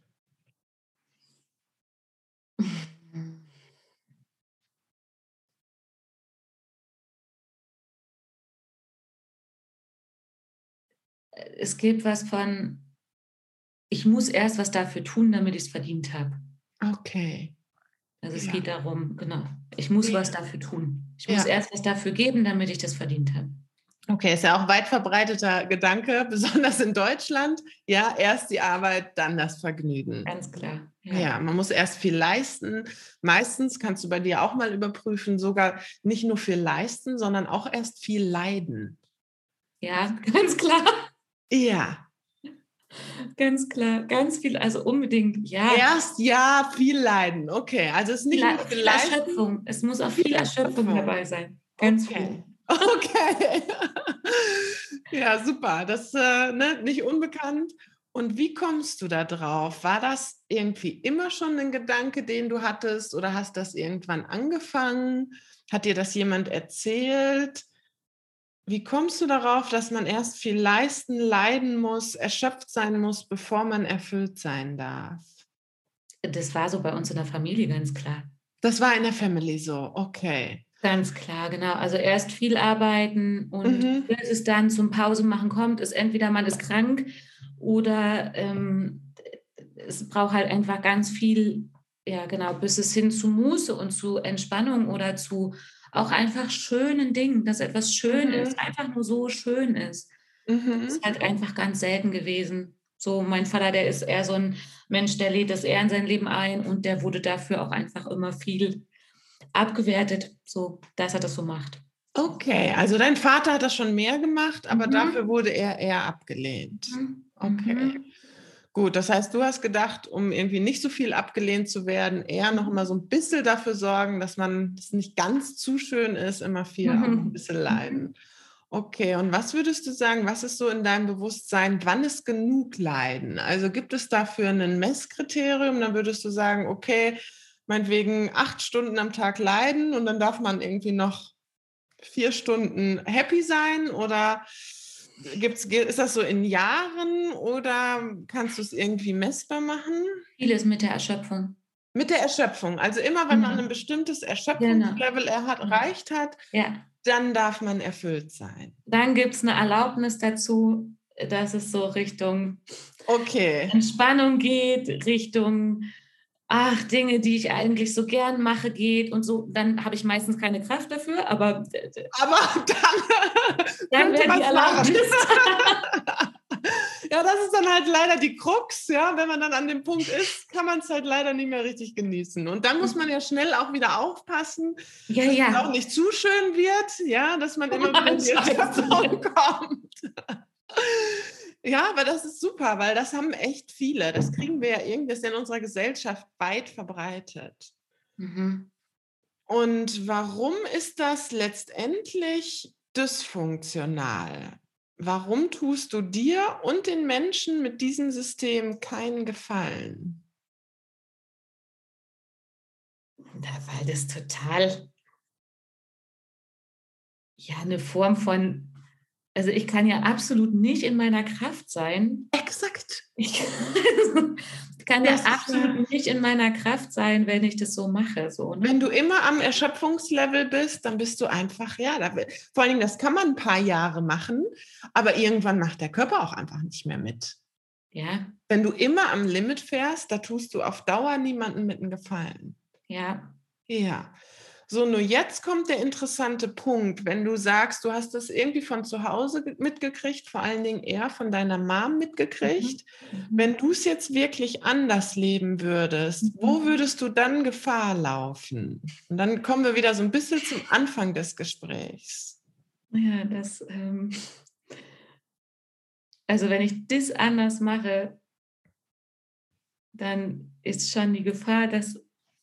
Es gibt was von, ich muss erst was dafür tun, damit ich es verdient habe. Okay. Also es Ja. geht darum, genau, ich muss Ja. was dafür tun. Ich muss Ja. erst was dafür geben, damit ich das verdient habe. Okay, ist ja auch weit verbreiteter Gedanke, besonders in Deutschland. Ja, erst die Arbeit, dann das Vergnügen. Ganz klar. Ja, Ja, man muss erst viel leisten. Meistens kannst du bei dir auch mal überprüfen, sogar nicht nur viel leisten, sondern auch erst viel leiden. ja, ganz klar. Ja. Ganz klar. Ganz viel, also unbedingt, ja. Erst ja, viel leiden. Okay, also es ist nicht Viel, nur viel viel leisten. Erschöpfung. Es muss auch viel Erschöpfung dabei sein. Ganz Okay. viel. Okay. Ja, super. Das äh, ne, nicht unbekannt. Und wie kommst du da drauf? War das irgendwie immer schon ein Gedanke, den du hattest, oder hast das irgendwann angefangen? Hat dir das jemand erzählt? Wie kommst du darauf, dass man erst viel leisten, leiden muss, erschöpft sein muss, bevor man erfüllt sein darf? Das war so bei uns in der Familie ganz klar. Das war in der Family so, okay. Ganz klar, genau. Also erst viel arbeiten und Mhm. bis es dann zum Pause machen kommt, ist entweder man ist krank oder ähm, es braucht halt einfach ganz viel, ja genau, bis es hin zu Muße und zu Entspannung oder zu auch einfach schönen Dingen, dass etwas schön Mhm. ist, einfach nur so schön ist. Mhm. Das ist halt einfach ganz selten gewesen. So, mein Vater, der ist eher so ein Mensch, der lädt das eher in sein Leben ein und der wurde dafür auch einfach immer viel abgewertet, so, dass er das so macht. Okay, also dein Vater hat das schon mehr gemacht, aber Mhm. dafür wurde er eher abgelehnt. Mhm. Okay, Mhm. gut. Das heißt, du hast gedacht, um irgendwie nicht so viel abgelehnt zu werden, eher noch immer so ein bisschen dafür sorgen, dass man das nicht ganz zu schön ist, immer viel auch ein Mhm. bisschen leiden. Okay, und was würdest du sagen, was ist so in deinem Bewusstsein, wann ist genug Leiden? Also gibt es dafür ein Messkriterium? Dann würdest du sagen, okay, meinetwegen acht Stunden am Tag leiden und dann darf man irgendwie noch vier Stunden happy sein? Oder gibt's, ist das so in Jahren oder kannst du es irgendwie messbar machen? Vieles mit der Erschöpfung. Mit der Erschöpfung. Also immer, wenn man Genau. ein bestimmtes Genau. Erschöpfungslevel er hat, Genau. erreicht hat, Ja. dann darf man erfüllt sein. Dann gibt es eine Erlaubnis dazu, dass es so Richtung Okay. Entspannung geht, Richtung, ach, Dinge, die ich eigentlich so gern mache, geht und so. Dann habe ich meistens keine Kraft dafür, aber Aber dann, dann könnte wäre die man's machen. Erlaubnis. Ja, das ist dann halt leider die Krux, ja. Wenn man dann an dem Punkt ist, kann man es halt leider nicht mehr richtig genießen. Und dann muss man ja schnell auch wieder aufpassen, Ja, dass es ja. auch nicht zu schön wird, ja, dass man immer wieder in die Scheiße. Erschöpfung kommt. Ja, aber das ist super, weil das haben echt viele. Das kriegen wir ja irgendwie, das ist ja in unserer Gesellschaft weit verbreitet. Mhm. Und warum ist das letztendlich dysfunktional? Warum tust du dir und den Menschen mit diesem System keinen Gefallen? Na, weil das total, ja, eine Form von, also ich kann ja absolut nicht in meiner Kraft sein. Exakt. Ich kann ja Das ist ja, absolut nicht in meiner Kraft sein, wenn ich das so mache. So, ne? wenn du immer am Erschöpfungslevel bist, dann bist du einfach, ja, da, vor allen Dingen, das kann man ein paar Jahre machen, aber irgendwann macht der Körper auch einfach nicht mehr mit. Ja, Wenn du immer am Limit fährst, da tust du auf Dauer niemandem mit einem Gefallen. ja. Ja. So, nur jetzt kommt der interessante Punkt, wenn du sagst, du hast das irgendwie von zu Hause ge- mitgekriegt, vor allen Dingen eher von deiner Mom mitgekriegt. Mhm. Wenn du es jetzt wirklich anders leben würdest, wo Mhm. würdest du dann Gefahr laufen? Und dann kommen wir wieder so ein bisschen zum Anfang des Gesprächs. Ja, das, ähm, also wenn ich das anders mache, dann ist schon die Gefahr, dass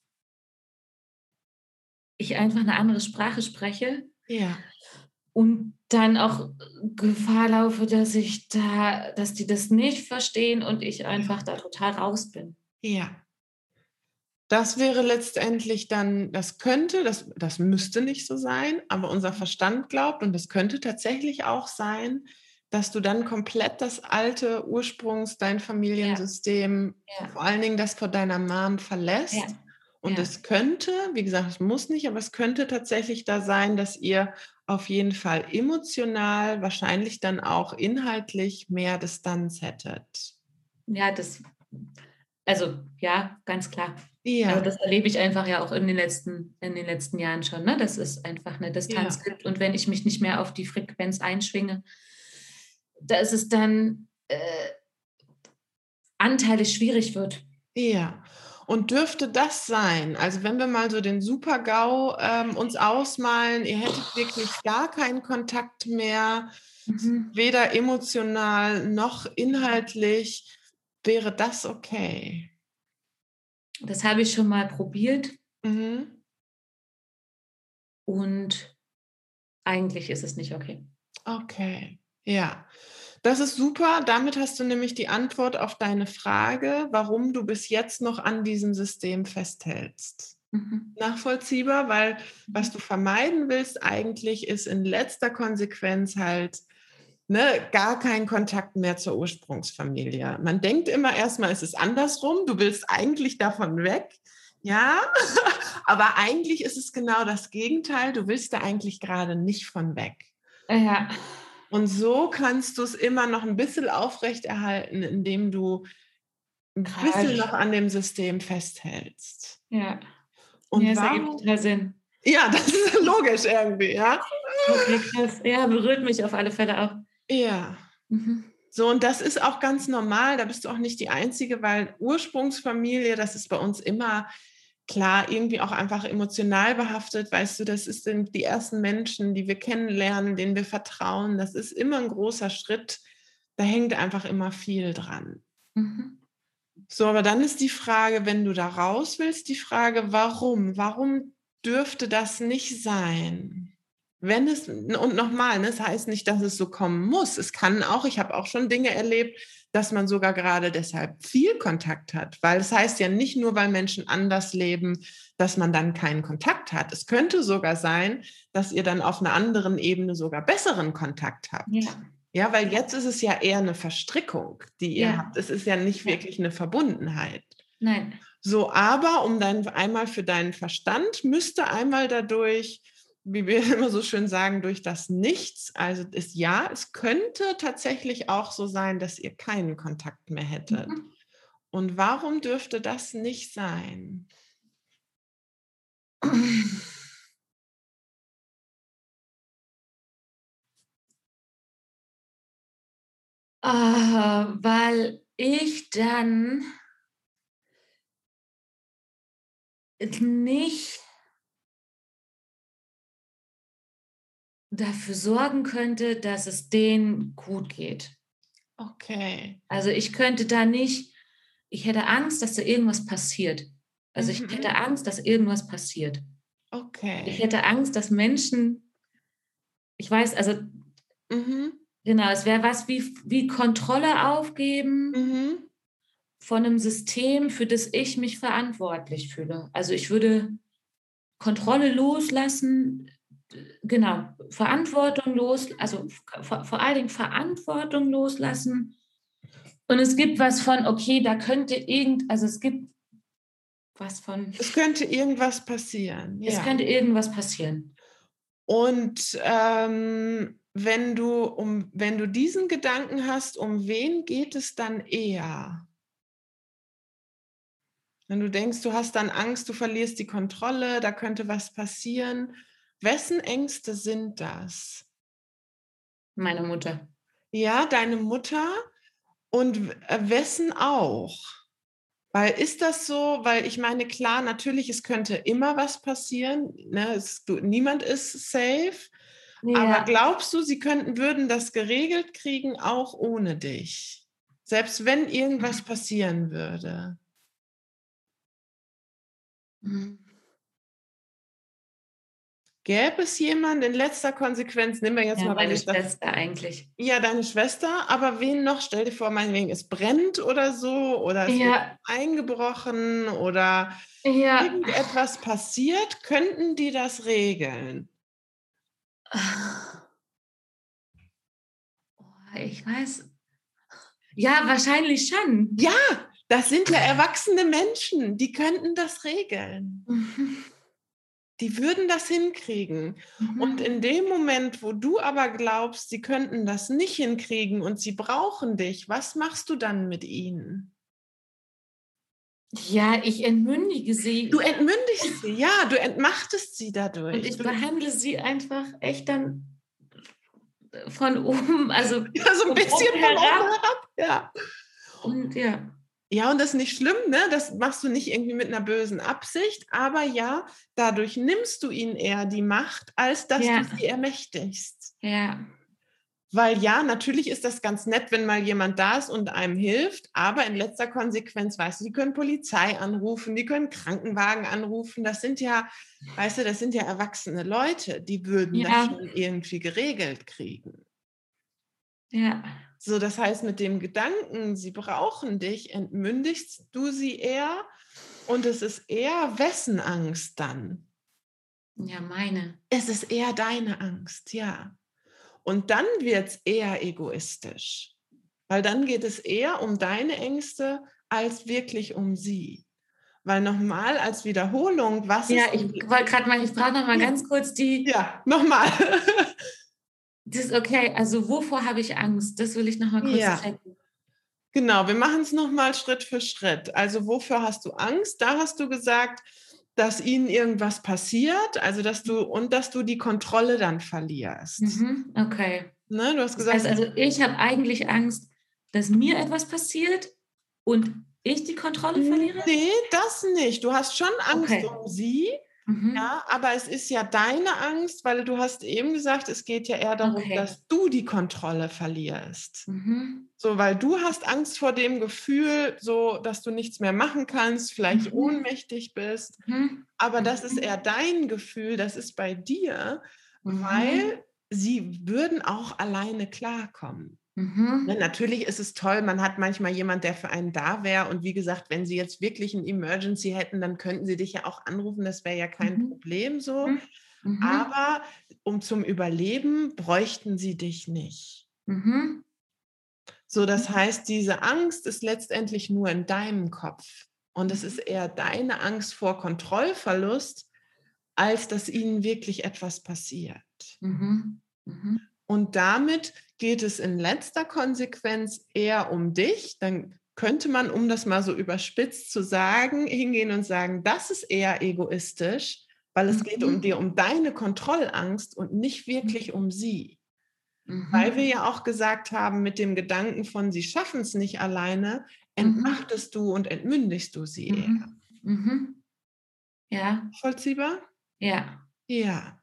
ich einfach eine andere Sprache spreche Ja, und dann auch Gefahr laufe, dass ich da, dass die das nicht verstehen und ich einfach da total raus bin. ja. Das wäre letztendlich dann, das könnte, das, das müsste nicht so sein, aber unser Verstand glaubt, und das könnte tatsächlich auch sein, dass du dann komplett das alte Ursprungs, dein Ja, Familiensystem, ja, vor allen Dingen das von deiner Mom verlässt. ja, Und ja, es könnte, wie gesagt, es muss nicht, aber es könnte tatsächlich da sein, dass ihr auf jeden Fall emotional, wahrscheinlich dann auch inhaltlich mehr Distanz hättet. ja, das, also ja, ganz klar. Also Ja, das erlebe ich einfach ja auch in den letzten, in den letzten Jahren schon, ne? Dass es einfach eine Distanz ja. gibt und wenn ich mich nicht mehr auf die Frequenz einschwinge, dass es dann äh, anteilig schwierig wird. Ja, und dürfte das sein? Also wenn wir mal so den Super-GAU ähm, uns ausmalen, ihr hättet wirklich gar keinen Kontakt mehr, Mhm. weder emotional noch inhaltlich, wäre das okay? Das habe ich schon mal probiert Mhm. und eigentlich ist es nicht okay. Okay, ja. Das ist super. Damit hast du nämlich die Antwort auf deine Frage, warum du bis jetzt noch an diesem System festhältst. Mhm. Nachvollziehbar, weil was Mhm. du vermeiden willst eigentlich ist in letzter Konsequenz halt, ne, gar kein Kontakt mehr zur Ursprungsfamilie. Man denkt immer erstmal, es ist andersrum, du willst eigentlich davon weg, ja, aber eigentlich ist es genau das Gegenteil, du willst da eigentlich gerade nicht von weg. Ja, Und so kannst du es immer noch ein bisschen aufrechterhalten, indem du ein bisschen krass. noch an dem System festhältst. Ja. Ja, Und es ergibt warum total Sinn. Ja, das ist logisch irgendwie, ja. Okay, krass. Ja, berührt mich auf alle Fälle auch. Ja. Mhm. So, und das ist auch ganz normal, da bist du auch nicht die Einzige, weil Ursprungsfamilie, das ist bei uns immer klar, irgendwie auch einfach emotional behaftet, weißt du, das ist sind die ersten Menschen, die wir kennenlernen, denen wir vertrauen, das ist immer ein großer Schritt, da hängt einfach immer viel dran. Mhm. So, aber dann ist die Frage, wenn du da raus willst, die Frage, warum? Warum dürfte das nicht sein? Wenn es, und nochmal, ne, es heißt nicht, dass es so kommen muss. Es kann auch, ich habe auch schon Dinge erlebt, dass man sogar gerade deshalb viel Kontakt hat. Weil es heißt ja nicht nur, weil Menschen anders leben, dass man dann keinen Kontakt hat. Es könnte sogar sein, dass ihr dann auf einer anderen Ebene sogar besseren Kontakt habt. Ja. Ja, weil jetzt ist es ja eher eine Verstrickung, die ihr Ja. habt. Es ist ja nicht Ja. wirklich eine Verbundenheit. Nein. So, aber um dann einmal für deinen Verstand müsste einmal dadurch, wie wir immer so schön sagen, durch das Nichts, also ist ja, es könnte tatsächlich auch so sein, dass ihr keinen Kontakt mehr hättet. Mhm. Und warum dürfte das nicht sein? Ah, weil ich dann nicht dafür sorgen könnte, dass es denen gut geht. Okay. Also ich könnte da nicht, ich hätte Angst, dass da irgendwas passiert. Also ich Mhm. hätte Angst, dass irgendwas passiert. Ich Okay. hätte Angst, dass Menschen, ich weiß, also Mhm. genau, es wäre was wie, wie Kontrolle aufgeben Mhm. von einem System, für das ich mich verantwortlich fühle. Also ich würde Kontrolle loslassen, genau, Verantwortung los, also vor, vor allen Dingen Verantwortung loslassen. Und es gibt was von, okay, da könnte irgend, also es gibt was von, Es könnte irgendwas passieren. es Ja. könnte irgendwas passieren. Und ähm, wenn du um, wenn du diesen Gedanken hast, um wen geht es dann eher? Wenn du denkst, du hast dann Angst, du verlierst die Kontrolle, da könnte was passieren. Wessen Ängste sind das? Meine Mutter. Ja, deine Mutter und wessen auch? Weil ist das so, weil ich meine, klar, natürlich, es könnte immer was passieren, ne? Es, du, niemand ist safe, Ja. aber glaubst du, sie könnten, würden das geregelt kriegen, auch ohne dich? Selbst wenn irgendwas passieren würde. Mhm. Gäbe es jemanden in letzter Konsequenz, nehmen wir jetzt Ja, mal, meine weil ich das, Schwester eigentlich. ja, deine Schwester, aber wen noch? Stell dir vor, meinetwegen, es brennt oder so, oder es wird Ja, eingebrochen oder ja. irgendetwas passiert, könnten die das regeln? Oh, ich weiß. Ja, wahrscheinlich schon. Ja, das sind ja erwachsene Menschen, die könnten das regeln. Mhm. Die würden das hinkriegen. Und Mhm. in dem Moment, wo du aber glaubst, sie könnten das nicht hinkriegen und sie brauchen dich, was machst du dann mit ihnen? Ja, ich entmündige sie. Du entmündigst sie, ja, du entmachtest sie Und dadurch. ich Du, behandle sie einfach echt dann von oben, also ja, so ein von bisschen oben von oben herab. herab. Ja. Und ja, Ja, und das ist nicht schlimm, ne? Das machst du nicht irgendwie mit einer bösen Absicht, aber ja, dadurch nimmst du ihnen eher die Macht, als dass ja, du sie ermächtigst. ja, Weil ja, natürlich ist das ganz nett, wenn mal jemand da ist und einem hilft, aber in letzter Konsequenz, weißt du, die können Polizei anrufen, die können Krankenwagen anrufen, das sind ja, weißt du, das sind ja erwachsene Leute, die würden das ja, schon irgendwie geregelt kriegen. ja. So, das heißt, mit dem Gedanken, sie brauchen dich, entmündigst du sie eher und es ist eher wessen Angst dann? Ja, meine. Es ist eher deine Angst, ja. Und dann wird es eher egoistisch, weil dann geht es eher um deine Ängste als wirklich um sie. Weil nochmal als Wiederholung, was Ja, ist... ich wollte gerade mal, ich brauche noch mal ja, ganz kurz die, ja, nochmal. das okay, also wovor habe ich Angst? Das will ich noch mal kurz Ja. checken. Genau, wir machen es nochmal Schritt für Schritt. Also wofür hast du Angst? Da hast du gesagt, dass ihnen irgendwas passiert, also dass du und dass du die Kontrolle dann verlierst. Mhm, okay. Ne, du hast Das gesagt, heißt also, ich habe eigentlich Angst, dass mir etwas passiert und ich die Kontrolle verliere? nee, das nicht. Du hast schon Angst Okay. um sie, Mhm. ja, aber es ist ja deine Angst, weil du hast eben gesagt, es geht ja eher darum, Okay. dass du die Kontrolle verlierst. Mhm. So, weil du hast Angst vor dem Gefühl, so, dass du nichts mehr machen kannst, vielleicht Mhm. ohnmächtig bist. Mhm. Aber das ist eher dein Gefühl, das ist bei dir, Mhm. weil sie würden auch alleine klarkommen. Mhm. Ne, natürlich ist es toll, man hat manchmal jemand, der für einen da wäre. Und wie gesagt, wenn sie jetzt wirklich ein Emergency hätten, dann könnten sie dich ja auch anrufen. Das wäre ja kein Mhm. Problem so. Mhm. Aber um zum Überleben bräuchten sie dich nicht. Mhm. So, das heißt, diese Angst ist letztendlich nur in deinem Kopf. Und es Mhm. ist eher deine Angst vor Kontrollverlust, als dass ihnen wirklich etwas passiert. Mhm. Mhm. Und damit geht es in letzter Konsequenz eher um dich. Dann könnte man, um das mal so überspitzt zu sagen, hingehen und sagen, das ist eher egoistisch, weil es geht um Mhm. dir, um deine Kontrollangst und nicht wirklich um sie. Mhm. Weil wir ja auch gesagt haben, mit dem Gedanken von, sie schaffen es nicht alleine, entmachtest du und entmündigst du sie eher. Mhm. Mhm. Ja, Vollziehbar? ja. Ja.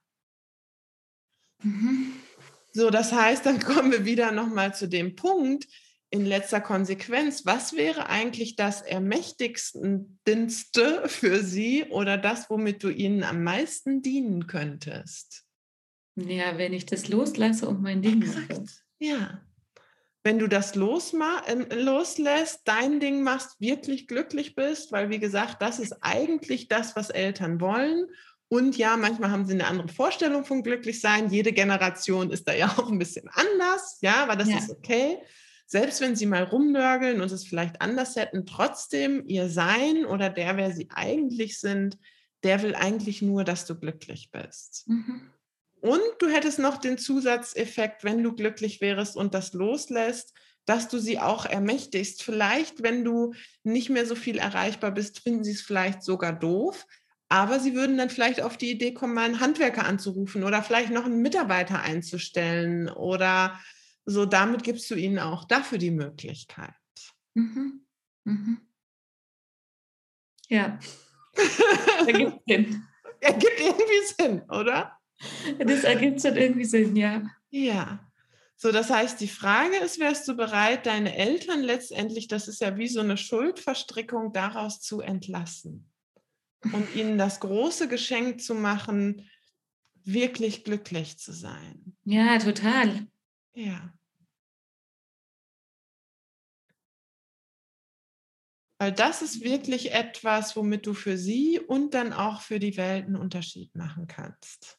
Mhm. So, das heißt, dann kommen wir wieder nochmal zu dem Punkt, in letzter Konsequenz, was wäre eigentlich das Ermächtigste für sie oder das, womit du ihnen am meisten dienen könntest? Ja, wenn ich das loslasse und mein Ding mache. Exakt. Ja. Wenn du das losma- äh, loslässt, dein Ding machst, wirklich glücklich bist, weil wie gesagt, das ist eigentlich das, was Eltern wollen. Und ja, manchmal haben sie eine andere Vorstellung von glücklich sein. Jede Generation ist da ja auch ein bisschen anders, ja, aber das Ja. ist okay. Selbst wenn sie mal rumnörgeln und es vielleicht anders hätten, trotzdem ihr Sein oder der, wer sie eigentlich sind, der will eigentlich nur, dass du glücklich bist. Mhm. Und du hättest noch den Zusatzeffekt, wenn du glücklich wärst und das loslässt, dass du sie auch ermächtigst. Vielleicht, wenn du nicht mehr so viel erreichbar bist, finden sie es vielleicht sogar doof. Aber sie würden dann vielleicht auf die Idee kommen, mal einen Handwerker anzurufen oder vielleicht noch einen Mitarbeiter einzustellen. Oder so, damit gibst du ihnen auch dafür die Möglichkeit. Mhm. Mhm. Ja, ergibt Sinn. Ergibt irgendwie Sinn, oder? Das ergibt schon irgendwie Sinn, ja. Ja. So, das heißt, die Frage ist, wärst du bereit, deine Eltern letztendlich, das ist ja wie so eine Schuldverstrickung, daraus zu entlassen und ihnen das große Geschenk zu machen, wirklich glücklich zu sein. Ja, total. Ja. Weil das ist wirklich etwas, womit du für sie und dann auch für die Welt einen Unterschied machen kannst.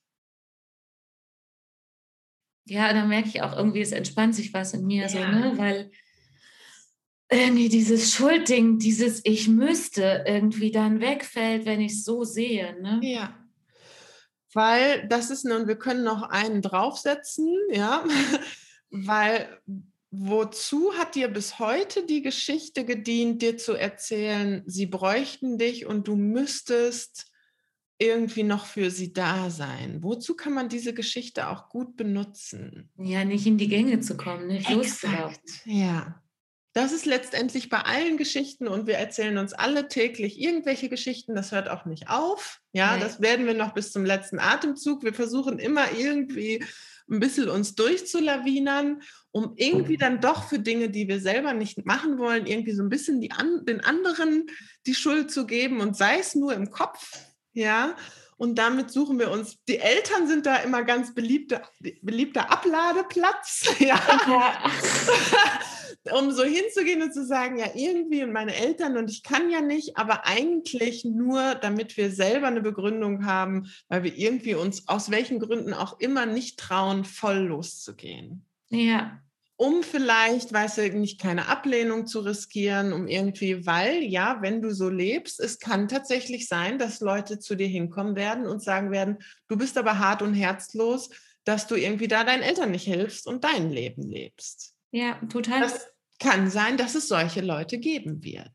Ja, da merke ich auch irgendwie, es entspannt sich was in mir so, Ja. ne? Weil irgendwie dieses Schuldding, dieses Ich müsste irgendwie dann wegfällt, wenn ich es so sehe, ne? Ja. Weil das ist, und wir können noch einen draufsetzen, ja, weil wozu hat dir bis heute die Geschichte gedient, dir zu erzählen, sie bräuchten dich und du müsstest irgendwie noch für sie da sein? Wozu kann man diese Geschichte auch gut benutzen? Ja, nicht in die Gänge zu kommen, nicht loszulaufen. Ja. Das ist letztendlich bei allen Geschichten und wir erzählen uns alle täglich irgendwelche Geschichten. Das hört auch nicht auf. Ja, Nee. das werden wir noch bis zum letzten Atemzug. Wir versuchen immer irgendwie ein bisschen uns durchzulawinern, um irgendwie dann doch für Dinge, die wir selber nicht machen wollen, irgendwie so ein bisschen die an, den anderen die Schuld zu geben und sei es nur im Kopf. Ja, und damit suchen wir uns, die Eltern sind da immer ganz beliebte, beliebter Abladeplatz. Ja. Ja. Um so hinzugehen und zu sagen, ja, irgendwie und meine Eltern und ich kann ja nicht, aber eigentlich nur, damit wir selber eine Begründung haben, weil wir irgendwie uns aus welchen Gründen auch immer nicht trauen, voll loszugehen. Ja. Um vielleicht, weißt du, nicht keine Ablehnung zu riskieren, um irgendwie, weil, ja, wenn du so lebst, es kann tatsächlich sein, dass Leute zu dir hinkommen werden und sagen werden, du bist aber hart und herzlos, dass du irgendwie da deinen Eltern nicht hilfst und dein Leben lebst. Ja, total. Das kann sein, dass es solche Leute geben wird.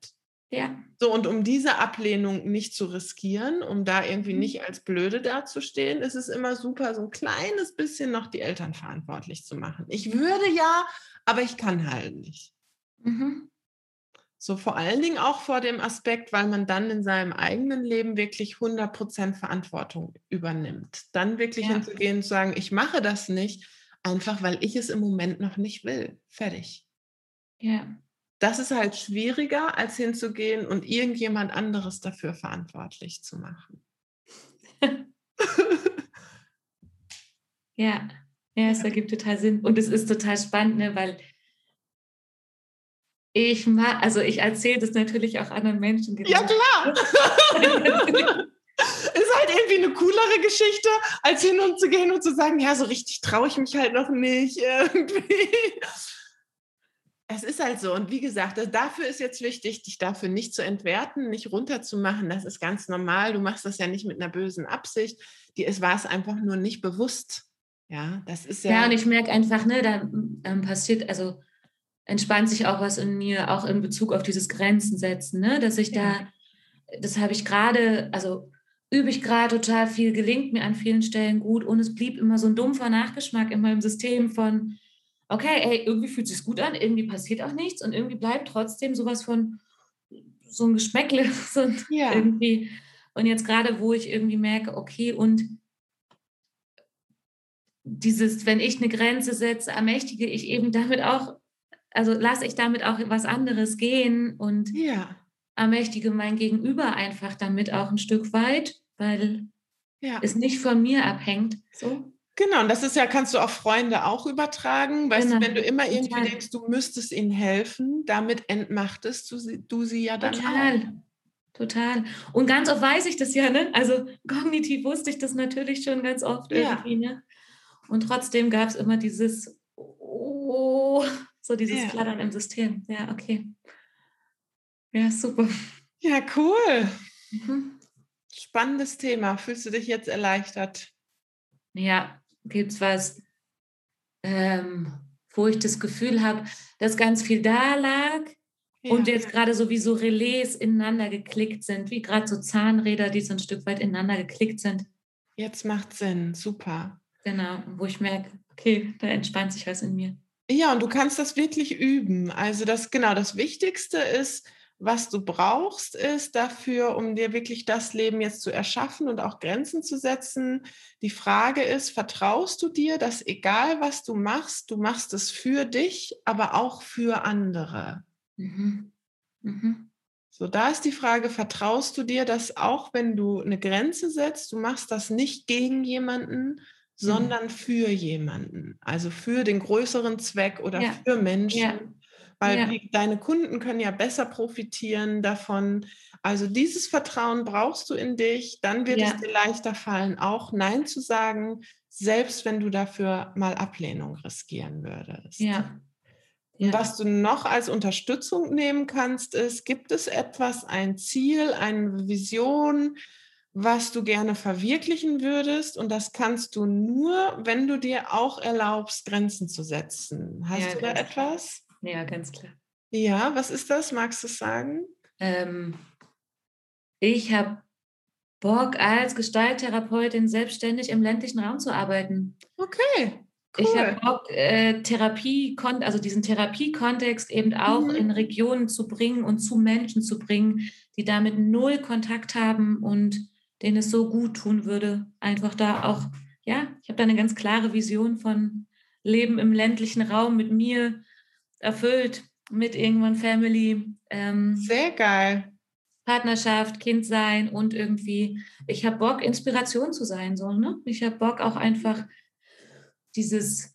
Ja. So, und um diese Ablehnung nicht zu riskieren, um da irgendwie Mhm. nicht als Blöde dazustehen, ist es immer super, so ein kleines bisschen noch die Eltern verantwortlich zu machen. Ich würde ja, aber ich kann halt nicht. Mhm. So vor allen Dingen auch vor dem Aspekt, weil man dann in seinem eigenen Leben wirklich hundert Prozent Verantwortung übernimmt. Dann wirklich Ja. hinzugehen und zu sagen, ich mache das nicht, einfach weil ich es im Moment noch nicht will. Fertig. Ja. Das ist halt schwieriger, als hinzugehen und irgendjemand anderes dafür verantwortlich zu machen. Ja. Ja, es Ja, ergibt total Sinn. Und es ist total spannend, ne, weil ich ma also ich erzähle das natürlich auch anderen Menschen ja genauso. klar. Ist halt irgendwie eine coolere Geschichte, als hin und zu gehen und zu sagen, ja, so richtig traue ich mich halt noch nicht irgendwie. Es ist halt so. Und wie gesagt, das, dafür ist jetzt wichtig, dich dafür nicht zu entwerten, nicht runterzumachen. Das ist ganz normal. Du machst das ja nicht mit einer bösen Absicht. Dir ist, war es einfach nur nicht bewusst. Ja, das ist Ja, und ja, ich merke einfach, ne, da ähm, passiert, also entspannt sich auch was in mir, auch in Bezug auf dieses Grenzen setzen, ne, dass ich ja, da, das habe ich gerade, also übe ich gerade total viel, gelingt mir an vielen Stellen gut und es blieb immer so ein dumpfer Nachgeschmack in meinem System von, okay, ey, irgendwie fühlt es sich gut an, irgendwie passiert auch nichts und irgendwie bleibt trotzdem sowas von so ein Geschmäckle, so ein ja, irgendwie. Und jetzt gerade, wo ich irgendwie merke, okay, und dieses, wenn ich eine Grenze setze, ermächtige ich eben damit auch, also lasse ich damit auch was anderes gehen und ja, ermächtige mein Gegenüber einfach damit auch ein Stück weit, weil ja. es nicht von mir abhängt. So, Genau, und das ist ja, kannst du auf Freunde auch übertragen. Weißt du, genau, wenn du immer irgendwie total, denkst, du müsstest ihnen helfen, damit entmachtest du sie, du sie ja dann auch. total, total. Und ganz oft weiß ich das ja, ne? Also kognitiv wusste ich das natürlich schon ganz oft Ja, irgendwie, ne? Und trotzdem gab es immer dieses, oh, so dieses ja. Flattern im System. Ja, okay. Ja, super. Ja, cool. Mhm. Spannendes Thema. Fühlst du dich jetzt erleichtert? Ja, gibt's was, ähm, wo ich das Gefühl habe, dass ganz viel da lag und Ja, jetzt gerade so wie so Relais ineinander geklickt sind, wie gerade so Zahnräder, die so ein Stück weit ineinander geklickt sind. jetzt macht Sinn. Super. Genau, wo ich merke, okay, da entspannt sich was in mir. Ja, und du kannst das wirklich üben. Also das, genau, das Wichtigste ist, was du brauchst, ist dafür, um dir wirklich das Leben jetzt zu erschaffen und auch Grenzen zu setzen. Die Frage ist, vertraust du dir, dass egal was du machst, du machst es für dich, aber auch für andere? Mhm. Mhm. So, da ist die Frage, vertraust du dir, dass auch wenn du eine Grenze setzt, du machst das nicht gegen jemanden, Mhm. sondern für jemanden, also für den größeren Zweck oder Ja, für Menschen, ja, weil ja, wie, deine Kunden können ja besser profitieren davon. Also dieses Vertrauen brauchst du in dich, dann wird es ja, dir leichter fallen, auch Nein zu sagen, selbst wenn du dafür mal Ablehnung riskieren würdest. ja, Und ja. was du noch als Unterstützung nehmen kannst, ist, gibt es etwas, ein Ziel, eine Vision, was du gerne verwirklichen würdest? Und das kannst du nur, wenn du dir auch erlaubst, Grenzen zu setzen. Hast Ja, du da ganz klar. etwas? Ja, ganz klar. Ja, was ist das? Magst du es sagen? Ähm, ich habe Bock, als Gestalttherapeutin selbstständig im ländlichen Raum zu arbeiten. Okay, Ich habe cool. Bock, äh, Therapie, also diesen Therapiekontext eben auch Mhm. in Regionen zu bringen und zu Menschen zu bringen, die damit null Kontakt haben und denen es so gut tun würde. Einfach da auch, ja, ich habe da eine ganz klare Vision von Leben im ländlichen Raum mit mir erfüllt, mit irgendwann Family, ähm, Sehr geil. Partnerschaft, Kind sein und irgendwie, ich habe Bock, Inspiration zu sein. So, ne? Ich habe Bock auch einfach dieses,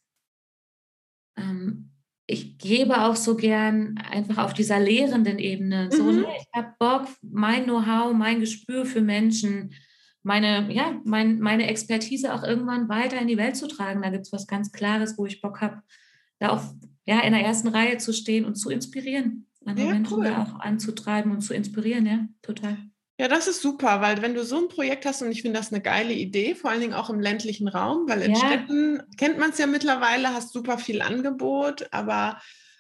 ähm, ich gebe auch so gern einfach auf dieser lehrenden Ebene. So, ne? Mhm. Ich habe Bock, mein Know-how, mein Gespür für Menschen, meine, ja, mein, meine Expertise auch irgendwann weiter in die Welt zu tragen. Da gibt es was ganz Klares, wo ich Bock habe, da auch ja, in der ersten Reihe zu stehen und zu inspirieren. Andere Ja, Menschen cool. da auch anzutreiben und zu inspirieren, ja, total. Ja, das ist super, weil wenn du so ein Projekt hast, und ich finde das eine geile Idee, vor allen Dingen auch im ländlichen Raum, weil in Ja, Städten kennt man es ja mittlerweile, hast super viel Angebot, aber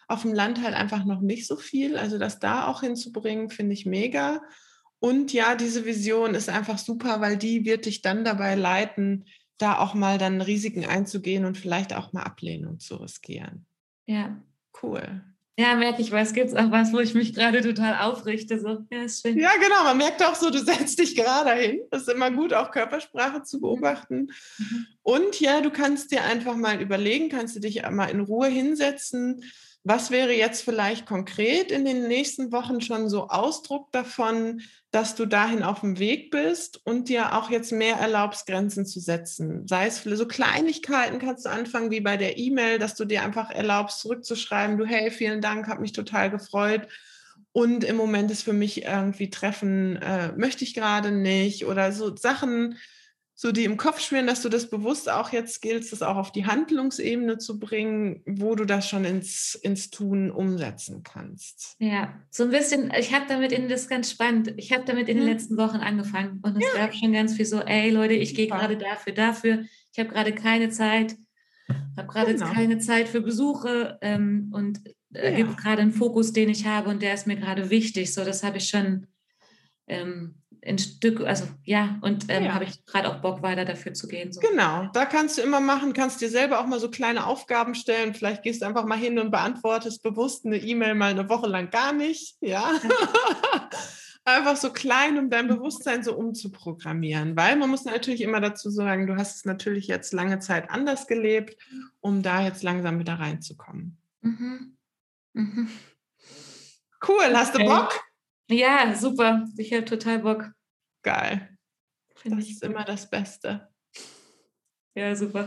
auf dem Land halt einfach noch nicht so viel. Also das da auch hinzubringen, finde ich mega. Und ja, diese Vision ist einfach super, weil die wird dich dann dabei leiten, da auch mal dann Risiken einzugehen und vielleicht auch mal Ablehnung zu riskieren. Ja. Cool. Ja, merke ich, was gibt es auch was, wo ich mich gerade total aufrichte. So. Ja, ist schön. Ja, genau. Man merkt auch so, du setzt dich gerade hin. Das ist immer gut, auch Körpersprache zu beobachten. Mhm. Und ja, du kannst dir einfach mal überlegen, kannst du dich mal in Ruhe hinsetzen. Was wäre jetzt vielleicht konkret in den nächsten Wochen schon so Ausdruck davon, dass du dahin auf dem Weg bist und dir auch jetzt mehr erlaubst, Grenzen zu setzen? Sei es für so Kleinigkeiten, kannst du anfangen wie bei der E-Mail, dass du dir einfach erlaubst, zurückzuschreiben, du, hey, vielen Dank, habe mich total gefreut. Und im Moment ist für mich irgendwie Treffen, äh, möchte ich gerade nicht. Oder so Sachen, so die im Kopf schwirren, dass du das bewusst auch jetzt gilt, das auch auf die Handlungsebene zu bringen, wo du das schon ins, ins Tun umsetzen kannst. Ja, so ein bisschen, ich habe damit in, das ist ganz spannend, ich habe damit in den letzten Wochen angefangen und es ja. gab schon ganz viel so, ey Leute, ich gehe gerade dafür, dafür, ich habe gerade keine Zeit, habe gerade genau. keine Zeit für Besuche ähm, und da ja. gibt es gerade einen Fokus, den ich habe und der ist mir gerade wichtig, so das habe ich schon ähm, ein Stück, also ja, und ähm, ja. habe ich gerade auch Bock, weiter dafür zu gehen. So. Genau, da kannst du immer machen, kannst dir selber auch mal so kleine Aufgaben stellen. Vielleicht gehst du einfach mal hin und beantwortest bewusst eine E-Mail mal eine Woche lang gar nicht. Ja, ja. Einfach so klein, um dein Bewusstsein so umzuprogrammieren. Weil man muss natürlich immer dazu sagen, du hast es natürlich jetzt lange Zeit anders gelebt, um da jetzt langsam wieder reinzukommen. Mhm. Mhm. Cool, hast okay. du Bock? Ja, super. Ich habe total Bock. Geil. Find das ist gut. Immer das Beste. Ja, super.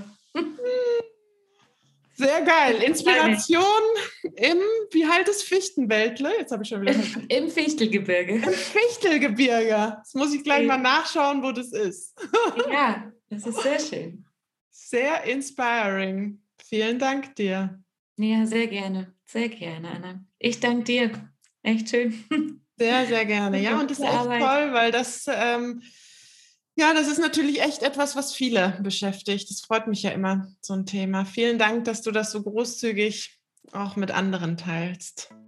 Sehr geil. Inspiration im, wie heißt es, Fichtenwäldle? Jetzt habe ich schon wieder... Im, Im Fichtelgebirge. Im Fichtelgebirge. Das muss ich gleich mal nachschauen, wo das ist. Ja, das ist sehr schön. Sehr inspiring. Vielen Dank dir. Ja, sehr gerne. Sehr gerne, Anna. Ich danke dir. Echt schön. Sehr, sehr gerne. Ja, und das ist echt toll, weil das, ähm, ja, das ist natürlich echt etwas, was viele beschäftigt. Das freut mich ja immer, so ein Thema. Vielen Dank, dass du das so großzügig auch mit anderen teilst.